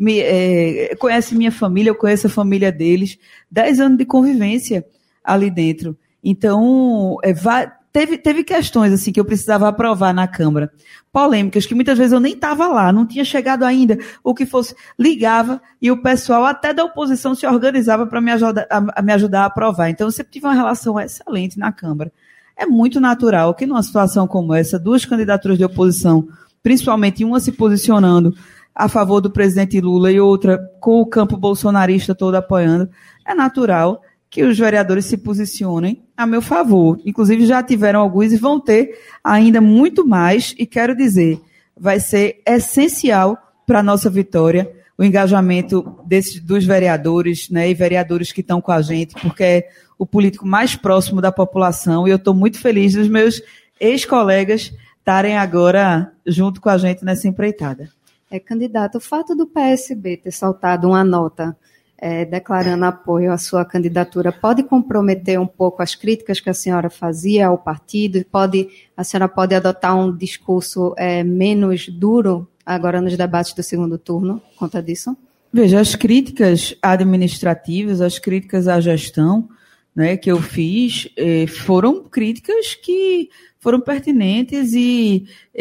conhecem minha família, eu conheço a família deles. 10 anos de convivência ali dentro. Então, teve questões assim que eu precisava aprovar na Câmara. Polêmicas, que muitas vezes eu nem estava lá, não tinha chegado ainda, ou que fosse, ligava e o pessoal até da oposição se organizava para me ajudar a aprovar. Então, eu sempre tive uma relação excelente na Câmara. É muito natural que numa situação como essa, 2 candidaturas de oposição, principalmente uma se posicionando a favor do presidente Lula e outra com o campo bolsonarista todo apoiando, é natural que os vereadores se posicionem a meu favor. Inclusive já tiveram alguns e vão ter ainda muito mais, e quero dizer, vai ser essencial para a nossa vitória o engajamento dos vereadores, né, e vereadores que estão com a gente, porque é o político mais próximo da população, e eu estou muito feliz dos meus ex-colegas estarem agora junto com a gente nessa empreitada. Candidato, o fato do PSB ter soltado uma nota declarando apoio à sua candidatura pode comprometer um pouco as críticas que a senhora fazia ao partido? A senhora pode adotar um discurso menos duro agora nos debates do segundo turno, por conta disso? Veja, as críticas administrativas, as críticas à gestão, né, que eu fiz, foram críticas que foram pertinentes e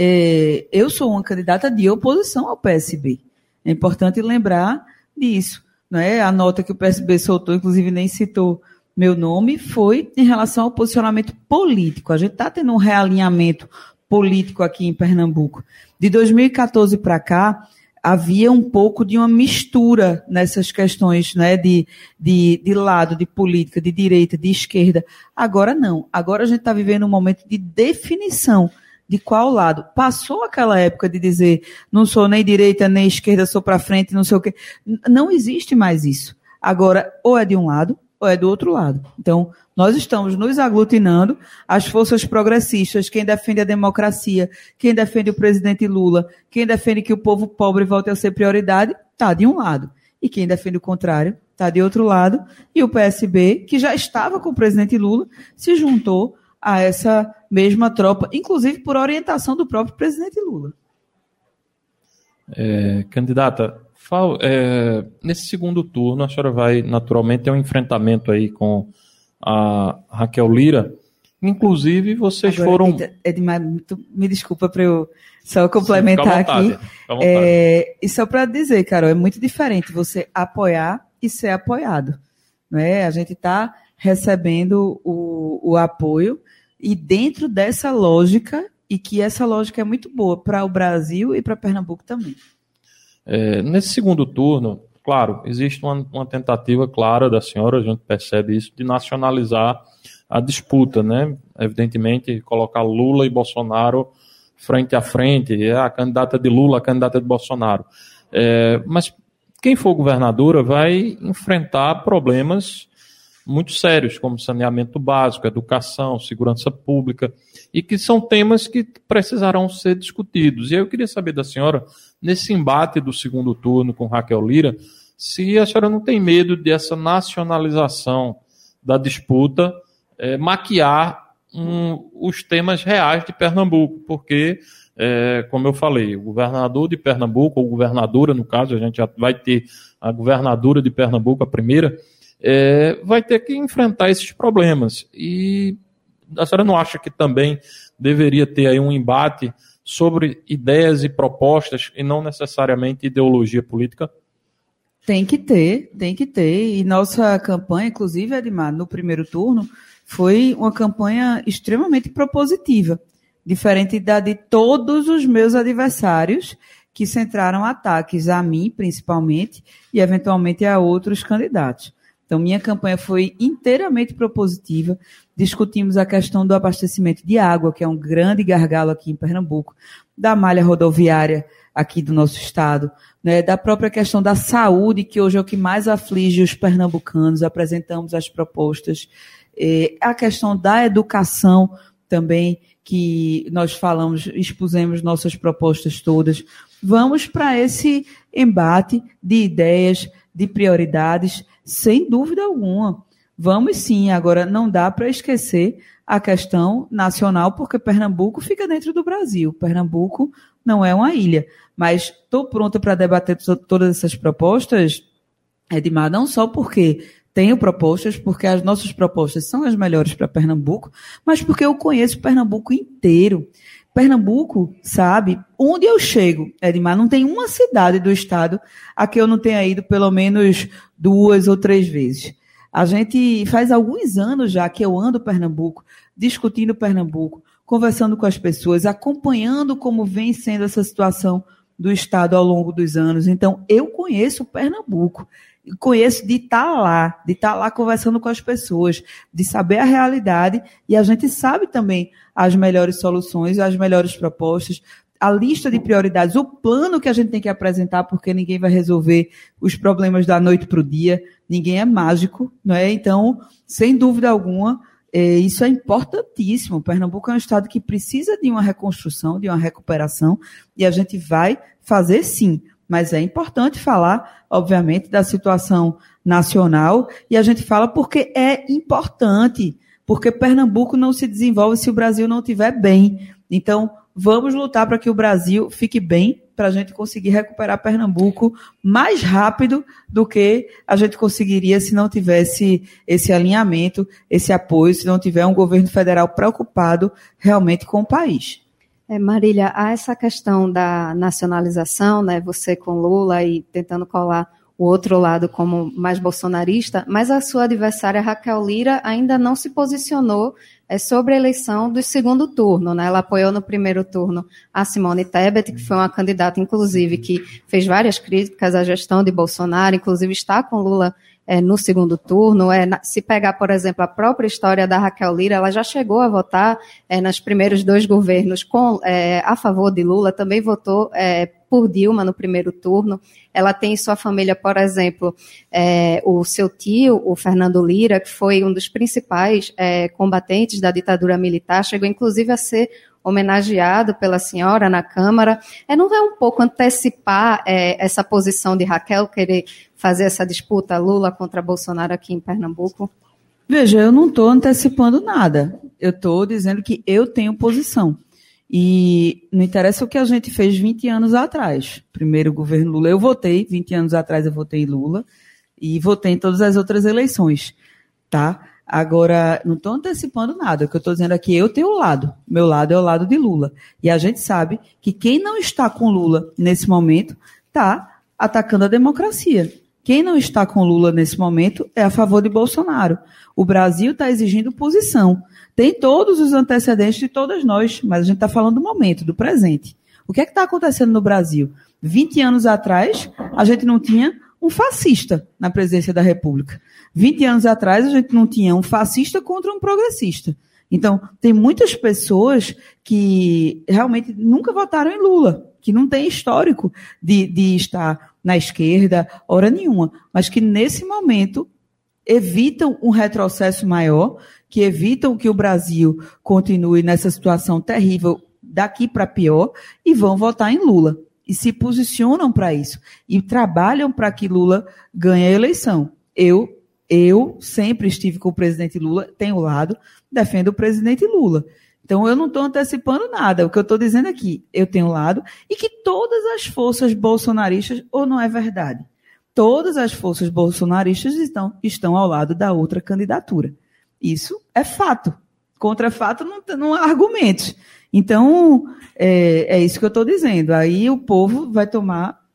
eu sou uma candidata de oposição ao PSB. É importante lembrar disso. Né? A nota que o PSB soltou, inclusive nem citou meu nome, foi em relação ao posicionamento político. A gente está tendo um realinhamento político aqui em Pernambuco. De 2014 para cá, havia um pouco de uma mistura nessas questões, né, de lado, de política, de direita, de esquerda. Agora não. Agora a gente está vivendo um momento de definição de qual lado. Passou aquela época de dizer não sou nem direita nem esquerda, sou para frente, não sei o quê. Não existe mais isso. Agora, ou é de um lado, ou é do outro lado. Então, nós estamos nos aglutinando, as forças progressistas, quem defende a democracia, quem defende o presidente Lula, quem defende que o povo pobre volte a ser prioridade, está de um lado. E quem defende o contrário, está de outro lado. E o PSB, que já estava com o presidente Lula, se juntou a essa mesma tropa, inclusive por orientação do próprio presidente Lula. Candidata, nesse segundo turno, a senhora vai naturalmente ter um enfrentamento aí com a Raquel Lira. Inclusive, vocês agora, foram... Edmar, me desculpa para eu só complementar aqui. E só para dizer, Carol, é muito diferente você apoiar e ser apoiado. Não é? A gente está recebendo o apoio e dentro dessa lógica, e que essa lógica é muito boa para o Brasil e para Pernambuco também. Nesse segundo turno, claro, existe uma tentativa clara da senhora, a gente percebe isso, de nacionalizar a disputa, né? Evidentemente, colocar Lula e Bolsonaro frente a frente, a candidata de Lula, a candidata de Bolsonaro. Mas quem for governadora vai enfrentar problemas muito sérios, como saneamento básico, educação, segurança pública, e que são temas que precisarão ser discutidos. E aí eu queria saber da senhora, nesse embate do segundo turno com Raquel Lira, se a senhora não tem medo dessa nacionalização da disputa maquiar os temas reais de Pernambuco, porque, como eu falei, o governador de Pernambuco, ou governadora, no caso, a gente já vai ter a governadora de Pernambuco, a primeira, vai ter que enfrentar esses problemas. E a senhora não acha que também deveria ter aí um embate sobre ideias e propostas e não necessariamente ideologia política? Tem que ter. E nossa campanha, inclusive, Edmar, no primeiro turno, foi uma campanha extremamente propositiva, diferente da de todos os meus adversários, que centraram ataques a mim, principalmente, e eventualmente a outros candidatos. Então, minha campanha foi inteiramente propositiva. Discutimos a questão do abastecimento de água, que é um grande gargalo aqui em Pernambuco, da malha rodoviária aqui do nosso estado, né, da própria questão da saúde, que hoje é o que mais aflige os pernambucanos. Apresentamos as propostas. A questão da educação também, que nós falamos, expusemos nossas propostas todas. Vamos para esse embate de ideias, de prioridades, sem dúvida alguma. Vamos sim, agora não dá para esquecer a questão nacional, porque Pernambuco fica dentro do Brasil. Pernambuco não é uma ilha. Mas estou pronta para debater todas essas propostas, Edmar, não só porque tenho propostas, porque as nossas propostas são as melhores para Pernambuco, mas porque eu conheço Pernambuco inteiro. Pernambuco, sabe, onde eu chego, Edmar, não tem uma cidade do estado a que eu não tenha ido pelo menos 2 ou 3 vezes. A gente faz alguns anos já que eu ando Pernambuco, discutindo Pernambuco, conversando com as pessoas, acompanhando como vem sendo essa situação do estado ao longo dos anos. Então, eu conheço Pernambuco. Conheço de estar lá conversando com as pessoas, de saber a realidade, e a gente sabe também as melhores soluções, as melhores propostas, a lista de prioridades, o plano que a gente tem que apresentar, porque ninguém vai resolver os problemas da noite para o dia, ninguém é mágico, não é? Então, sem dúvida alguma, isso é importantíssimo. Pernambuco é um estado que precisa de uma reconstrução, de uma recuperação, e a gente vai fazer sim. Mas é importante falar, obviamente, da situação nacional, e a gente fala porque é importante, porque Pernambuco não se desenvolve se o Brasil não estiver bem. Então, vamos lutar para que o Brasil fique bem, para a gente conseguir recuperar Pernambuco mais rápido do que a gente conseguiria se não tivesse esse alinhamento, esse apoio, se não tiver um governo federal preocupado realmente com o país. Marília, há essa questão da nacionalização, né? Você com Lula e tentando colar o outro lado como mais bolsonarista, mas a sua adversária Raquel Lira ainda não se posicionou sobre a eleição do segundo turno, né? Ela apoiou no primeiro turno a Simone Tebet, que foi uma candidata, inclusive, que fez várias críticas à gestão de Bolsonaro, inclusive está com Lula no segundo turno. Se pegar, por exemplo, a própria história da Raquel Lira, ela já chegou a votar nos primeiros 2 governos a favor de Lula, também votou por Dilma no primeiro turno. Ela tem em sua família, por exemplo, o seu tio, o Fernando Lira, que foi um dos principais combatentes da ditadura militar, chegou inclusive a ser homenageado pela senhora na Câmara. Não é um pouco antecipar essa posição de Raquel, querer fazer essa disputa Lula contra Bolsonaro aqui em Pernambuco? Veja, eu não estou antecipando nada. Eu estou dizendo que eu tenho posição. E não interessa o que a gente fez 20 anos atrás. Primeiro governo Lula, eu votei, 20 anos atrás eu votei em Lula, e votei em todas as outras eleições, tá? Agora, não estou antecipando nada. O que eu estou dizendo aqui, eu tenho o lado. Meu lado é o lado de Lula. E a gente sabe que quem não está com Lula nesse momento está atacando a democracia. Quem não está com Lula nesse momento é a favor de Bolsonaro. O Brasil está exigindo posição. Tem todos os antecedentes de todas nós, mas a gente está falando do momento, do presente. O que é que está acontecendo no Brasil? 20 anos atrás, a gente não tinha um fascista na presidência da República. 20 anos atrás, a gente não tinha um fascista contra um progressista. Então, tem muitas pessoas que realmente nunca votaram em Lula, que não tem histórico de estar na esquerda, hora nenhuma, mas que nesse momento evitam um retrocesso maior, que evitam que o Brasil continue nessa situação terrível daqui para pior e vão votar em Lula. E se posicionam para isso. E trabalham para que Lula ganhe a eleição. Eu sempre estive com o presidente Lula, tenho o lado, defendo o presidente Lula. Então, eu não estou antecipando nada. O que eu estou dizendo aqui, eu tenho lado, e que todas as forças bolsonaristas, ou não é verdade? Todas as forças bolsonaristas estão ao lado da outra candidatura. Isso é fato. Contra fato não há argumentos. Então, é isso que eu estou dizendo. Aí o povo vai tomar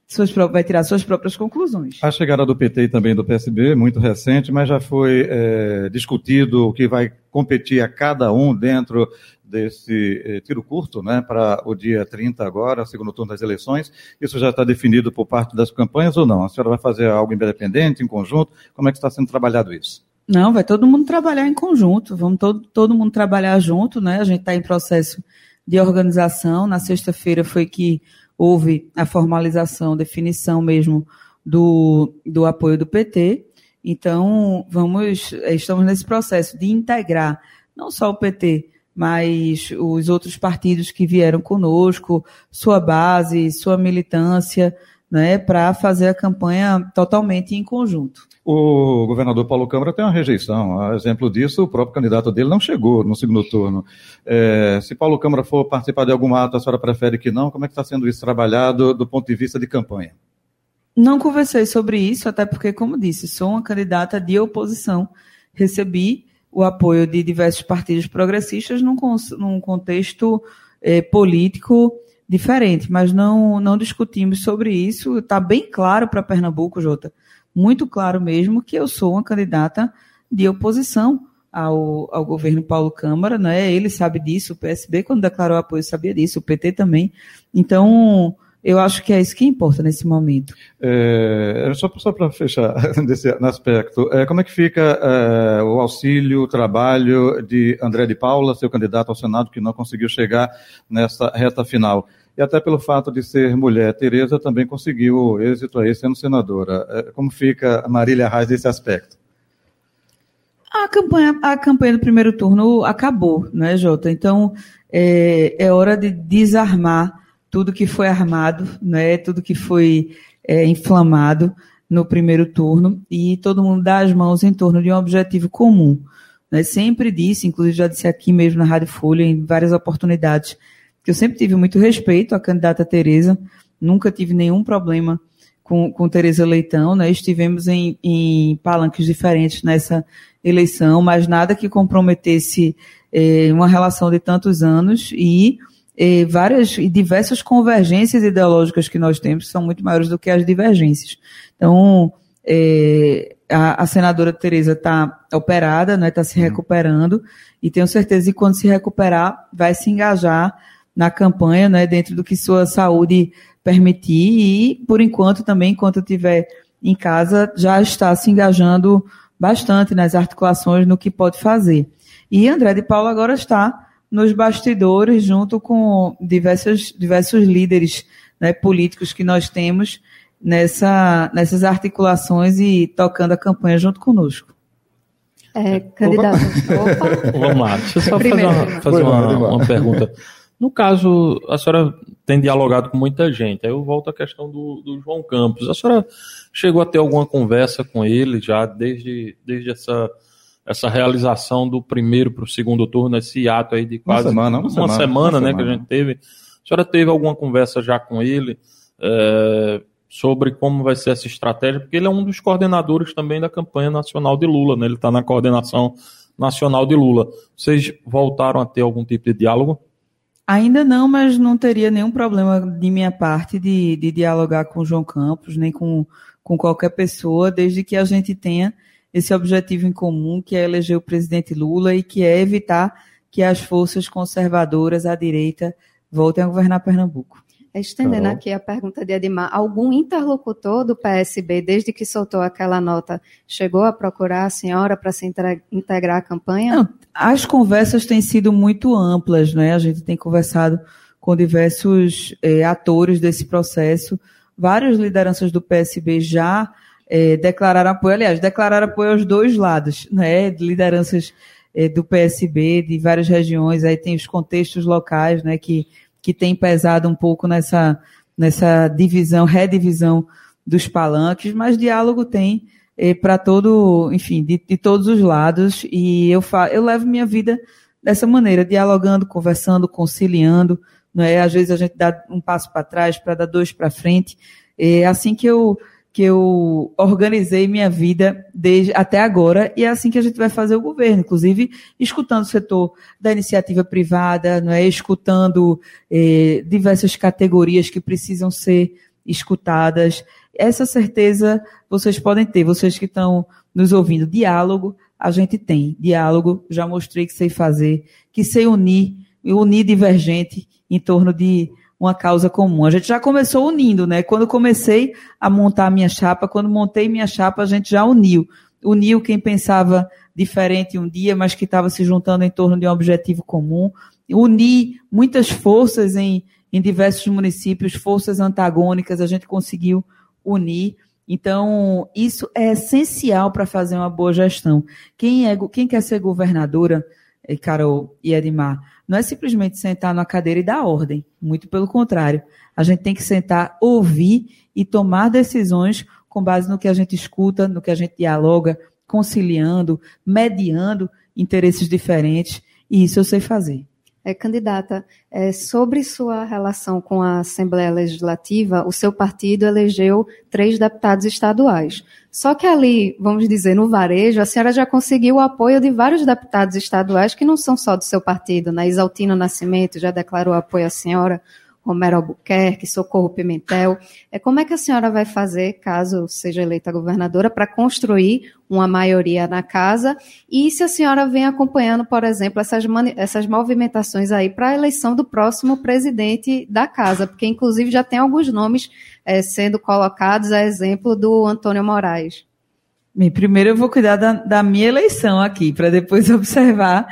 vai tirar suas próprias conclusões. A chegada do PT e também do PSB, muito recente, mas já foi discutido o que vai competir a cada um dentro desse tiro curto, né, para o dia 30 agora, segundo turno das eleições. Isso já está definido por parte das campanhas ou não? A senhora vai fazer algo independente, em conjunto? Como é que está sendo trabalhado isso? Não, vai todo mundo trabalhar em conjunto, vamos todo mundo trabalhar junto, né? A gente está em processo de organização. Na sexta-feira foi que houve a formalização, definição mesmo do apoio do PT. Então, estamos nesse processo de integrar não só o PT, mas os outros partidos que vieram conosco, sua base, sua militância, né, para fazer a campanha totalmente em conjunto. O governador Paulo Câmara tem uma rejeição. A exemplo disso, o próprio candidato dele não chegou no segundo turno. Se Paulo Câmara for participar de algum ato, a senhora prefere que não? Como é que está sendo isso trabalhado do ponto de vista de campanha? Não conversei sobre isso, até porque, como disse, sou uma candidata de oposição. Recebi o apoio de diversos partidos progressistas num contexto político diferente, mas não discutimos sobre isso. Está bem claro para Pernambuco, Jota, muito claro mesmo, que eu sou uma candidata de oposição ao governo Paulo Câmara, né? Ele sabe disso, o PSB, quando declarou apoio, sabia disso, o PT também. Então, eu acho que é isso que importa nesse momento. Só para fechar nesse aspecto, como é que fica o auxílio, o trabalho de André de Paula, seu candidato ao Senado, que não conseguiu chegar nessa reta final? E até pelo fato de ser mulher, Tereza também conseguiu êxito aí sendo senadora. Como fica a Marília Reis nesse aspecto? A campanha do primeiro turno acabou, né, Jota? Então, é hora de desarmar tudo que foi armado, né, tudo que foi inflamado no primeiro turno, e todo mundo dar as mãos em torno de um objetivo comum. Né? Sempre disse, inclusive já disse aqui mesmo na Rádio Folha, em várias oportunidades, que eu sempre tive muito respeito à candidata Tereza, nunca tive nenhum problema com Tereza Leitão, né? Estivemos em palanques diferentes nessa eleição, mas nada que comprometesse uma relação de tantos anos e várias e diversas convergências ideológicas que nós temos, que são muito maiores do que as divergências. Então, a senadora Tereza está operada, né? Está se recuperando, e tenho certeza que quando se recuperar, vai se engajar na campanha, né, dentro do que sua saúde permitir, e, por enquanto, também, enquanto eu estiver em casa, já está se engajando bastante nas articulações, no que pode fazer. E André de Paula agora está nos bastidores, junto com diversos líderes, né, políticos que nós temos nessas articulações e tocando a campanha junto conosco. Candidato. Opa. Vamos lá, deixa eu só fazer uma pergunta. No caso, a senhora tem dialogado com muita gente, aí eu volto à questão do João Campos. A senhora chegou a ter alguma conversa com ele já desde essa realização do primeiro para o segundo turno, esse ato aí de quase uma semana, né, que a gente teve? A senhora teve alguma conversa já com ele sobre como vai ser essa estratégia? Porque ele é um dos coordenadores também da campanha nacional de Lula, né? Ele está na coordenação nacional de Lula. Vocês voltaram a ter algum tipo de diálogo? Ainda não, mas não teria nenhum problema de minha parte de dialogar com o João Campos, nem com qualquer pessoa, desde que a gente tenha esse objetivo em comum, que é eleger o presidente Lula e que é evitar que as forças conservadoras à direita voltem a governar Pernambuco. Estendendo aqui a pergunta de Edmar, algum interlocutor do PSB, desde que soltou aquela nota, chegou a procurar a senhora para se integrar à campanha? Não, as conversas têm sido muito amplas, né? A gente tem conversado com diversos atores desse processo. Várias lideranças do PSB já declararam apoio, aliás, declararam apoio aos dois lados, né? Lideranças do PSB de várias regiões, aí tem os contextos locais, né, que tem pesado um pouco nessa redivisão dos palanques, mas diálogo tem para todo, enfim, de todos os lados, e eu levo minha vida dessa maneira, dialogando, conversando, conciliando, não é? Às vezes a gente dá um passo para trás para dar dois para frente. É assim que eu organizei minha vida até agora, e é assim que a gente vai fazer o governo, inclusive escutando o setor da iniciativa privada, não é? Escutando diversas categorias que precisam ser escutadas. Essa certeza vocês podem ter, vocês que estão nos ouvindo. Diálogo, a gente tem. Diálogo, já mostrei que sei fazer, que sei unir divergente em torno de uma causa comum. A gente já começou unindo, né? Quando comecei a montar a minha chapa, quando montei minha chapa, a gente já uniu. Uniu quem pensava diferente um dia, mas que estava se juntando em torno de um objetivo comum. Uni muitas forças em diversos municípios, forças antagônicas, a gente conseguiu unir. Então, isso é essencial para fazer uma boa gestão. Quem quer ser governadora, Carol e Edmar, não é simplesmente sentar na cadeira e dar ordem. Muito pelo contrário. A gente tem que sentar, ouvir e tomar decisões com base no que a gente escuta, no que a gente dialoga, conciliando, mediando interesses diferentes. E isso eu sei fazer. Candidata, sobre sua relação com a Assembleia Legislativa, o seu partido elegeu 3 deputados estaduais. Só que ali, vamos dizer, no varejo, a senhora já conseguiu o apoio de vários deputados estaduais que não são só do seu partido, né? Isaltino Nascimento já declarou apoio à senhora, Romero Albuquerque, Socorro Pimentel. Como é que a senhora vai fazer, caso seja eleita governadora, para construir uma maioria na casa? E se a senhora vem acompanhando, por exemplo, essas movimentações aí para a eleição do próximo presidente da casa? Porque, inclusive, já tem alguns nomes sendo colocados, a exemplo do Antônio Moraes. Bem, primeiro eu vou cuidar da minha eleição aqui, para depois observar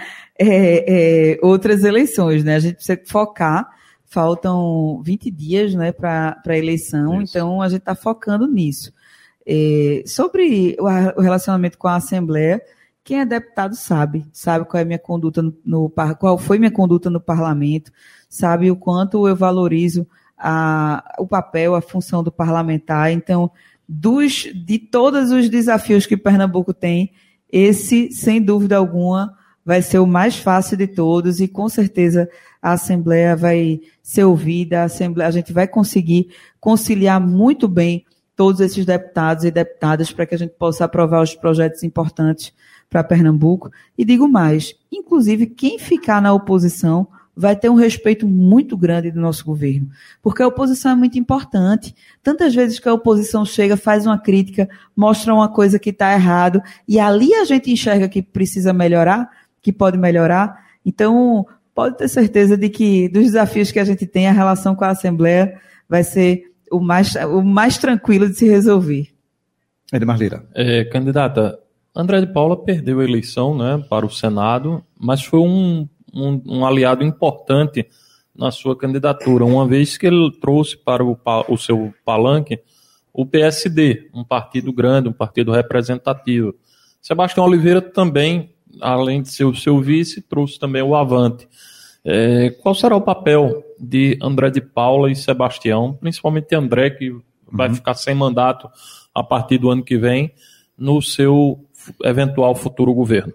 outras eleições, né? A gente precisa focar. Faltam 20 dias, né, para a eleição, isso. Então a gente está focando nisso. Sobre o relacionamento com a Assembleia, quem é deputado sabe qual é minha conduta qual foi minha conduta no parlamento, sabe o quanto eu valorizo o papel, a função do parlamentar. Então, de todos os desafios que Pernambuco tem, esse, sem dúvida alguma, vai ser o mais fácil de todos e, com certeza, a Assembleia vai ser ouvida, a gente vai conseguir conciliar muito bem todos esses deputados e deputadas para que a gente possa aprovar os projetos importantes para Pernambuco. E digo mais, inclusive, quem ficar na oposição vai ter um respeito muito grande do nosso governo, porque a oposição é muito importante. Tantas vezes que a oposição chega, faz uma crítica, mostra uma coisa que está errado, e ali a gente enxerga que precisa melhorar, que pode melhorar. Então, pode ter certeza de que dos desafios que a gente tem, a relação com a Assembleia vai ser o mais tranquilo de se resolver. Edmar Lira. Candidata, André de Paula perdeu a eleição, né, para o Senado, mas foi um aliado importante na sua candidatura, uma vez que ele trouxe para o seu palanque o PSD, um partido grande, um partido representativo. Sebastião Oliveira também, além de ser o seu vice, trouxe também o Avante. Qual será o papel de André de Paula e Sebastião, principalmente André, que vai ficar sem mandato a partir do ano que vem, no seu eventual futuro governo?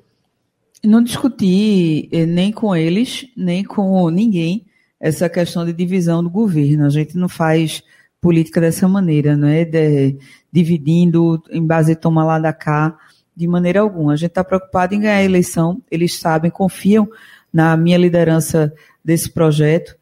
Não discuti nem com eles, nem com ninguém, essa questão de divisão do governo. A gente não faz política dessa maneira, não é? Dividindo em base de toma lá da cá, de maneira alguma. A gente está preocupado em ganhar a eleição, eles sabem, confiam na minha liderança desse projeto,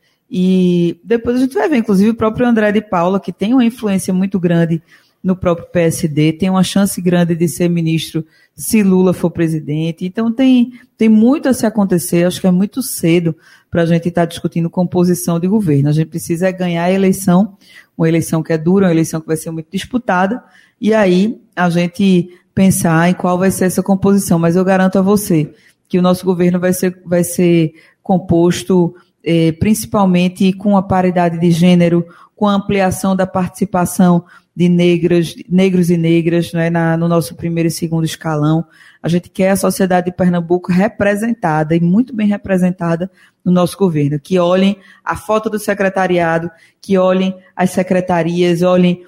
e depois a gente vai ver, inclusive, o próprio André de Paula, que tem uma influência muito grande no próprio PSD, tem uma chance grande de ser ministro se Lula for presidente. Então tem muito a se acontecer. Acho que é muito cedo para a gente estar discutindo composição de governo. A gente precisa ganhar a eleição, uma eleição que é dura, uma eleição que vai ser muito disputada, e aí a gente pensar em qual vai ser essa composição. Mas eu garanto a você que o nosso governo vai ser composto principalmente com a paridade de gênero, com a ampliação da participação de negros e negras, né, no nosso primeiro e segundo escalão. A gente quer a sociedade de Pernambuco representada e muito bem representada no nosso governo. Que olhem a foto do secretariado, que olhem as secretarias, olhem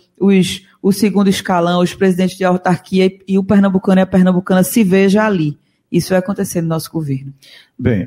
o segundo escalão, os presidentes de autarquia, e o pernambucano e a pernambucana se veja ali. Isso vai acontecer no nosso governo. Bem,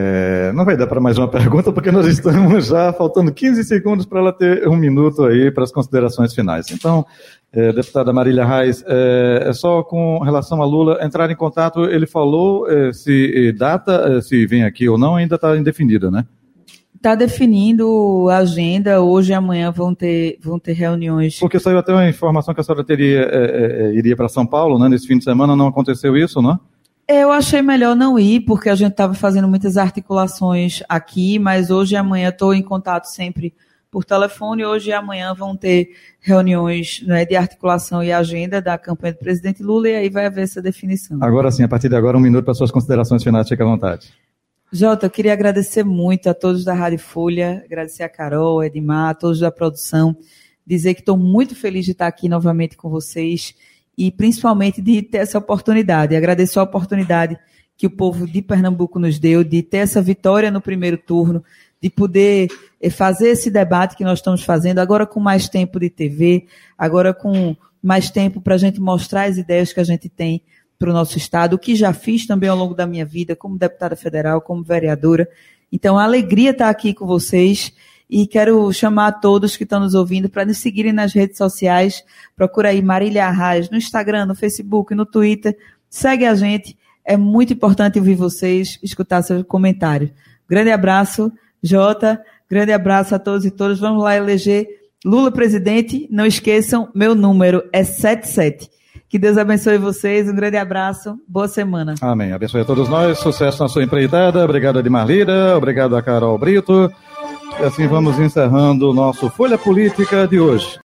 não vai dar para mais uma pergunta, porque nós estamos já faltando 15 segundos para ela ter 1 minuto aí para as considerações finais. Então, deputada Marília Reis, é só com relação a Lula entrar em contato, ele falou se data, se vem aqui ou não, ainda está indefinida, né? Está definindo a agenda, hoje e amanhã vão ter reuniões. Porque saiu até uma informação que a senhora iria para São Paulo, né? Nesse fim de semana, não aconteceu isso, não é? Eu achei melhor não ir, porque a gente estava fazendo muitas articulações aqui, mas hoje e amanhã estou em contato sempre por telefone. Hoje e amanhã vão ter reuniões, né, de articulação e agenda da campanha do presidente Lula, e aí vai haver essa definição. Agora sim, a partir de agora, 1 minuto para suas considerações finais, fique à vontade. Jota, eu queria agradecer muito a todos da Rádio Folha, agradecer a Carol, a Edmar, a todos da produção, dizer que estou muito feliz de estar aqui novamente com vocês e principalmente de ter essa oportunidade, agradecer a oportunidade que o povo de Pernambuco nos deu, de ter essa vitória no primeiro turno, de poder fazer esse debate que nós estamos fazendo, agora com mais tempo de TV, agora com mais tempo para a gente mostrar as ideias que a gente tem para o nosso Estado, o que já fiz também ao longo da minha vida, como deputada federal, como vereadora. Então, a alegria estar aqui com vocês e quero chamar a todos que estão nos ouvindo para nos seguirem nas redes sociais. Procura aí Marília Arraes no Instagram, no Facebook, no Twitter. Segue a gente. É muito importante ouvir vocês, escutar seus comentários. Grande abraço, Jota. Grande abraço a todos e todas. Vamos lá eleger Lula presidente. Não esqueçam, meu número é 77. Que Deus abençoe vocês, um grande abraço, boa semana. Amém, abençoe a todos nós, sucesso na sua empreitada, obrigado Edmar Lira, obrigado a Carol Brito, e assim vamos encerrando o nosso Folha Política de hoje.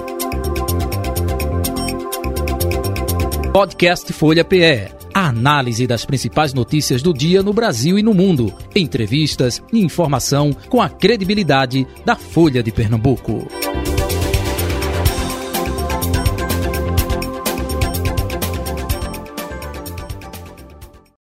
Podcast Folha PE, a análise das principais notícias do dia no Brasil e no mundo, entrevistas e informação com a credibilidade da Folha de Pernambuco.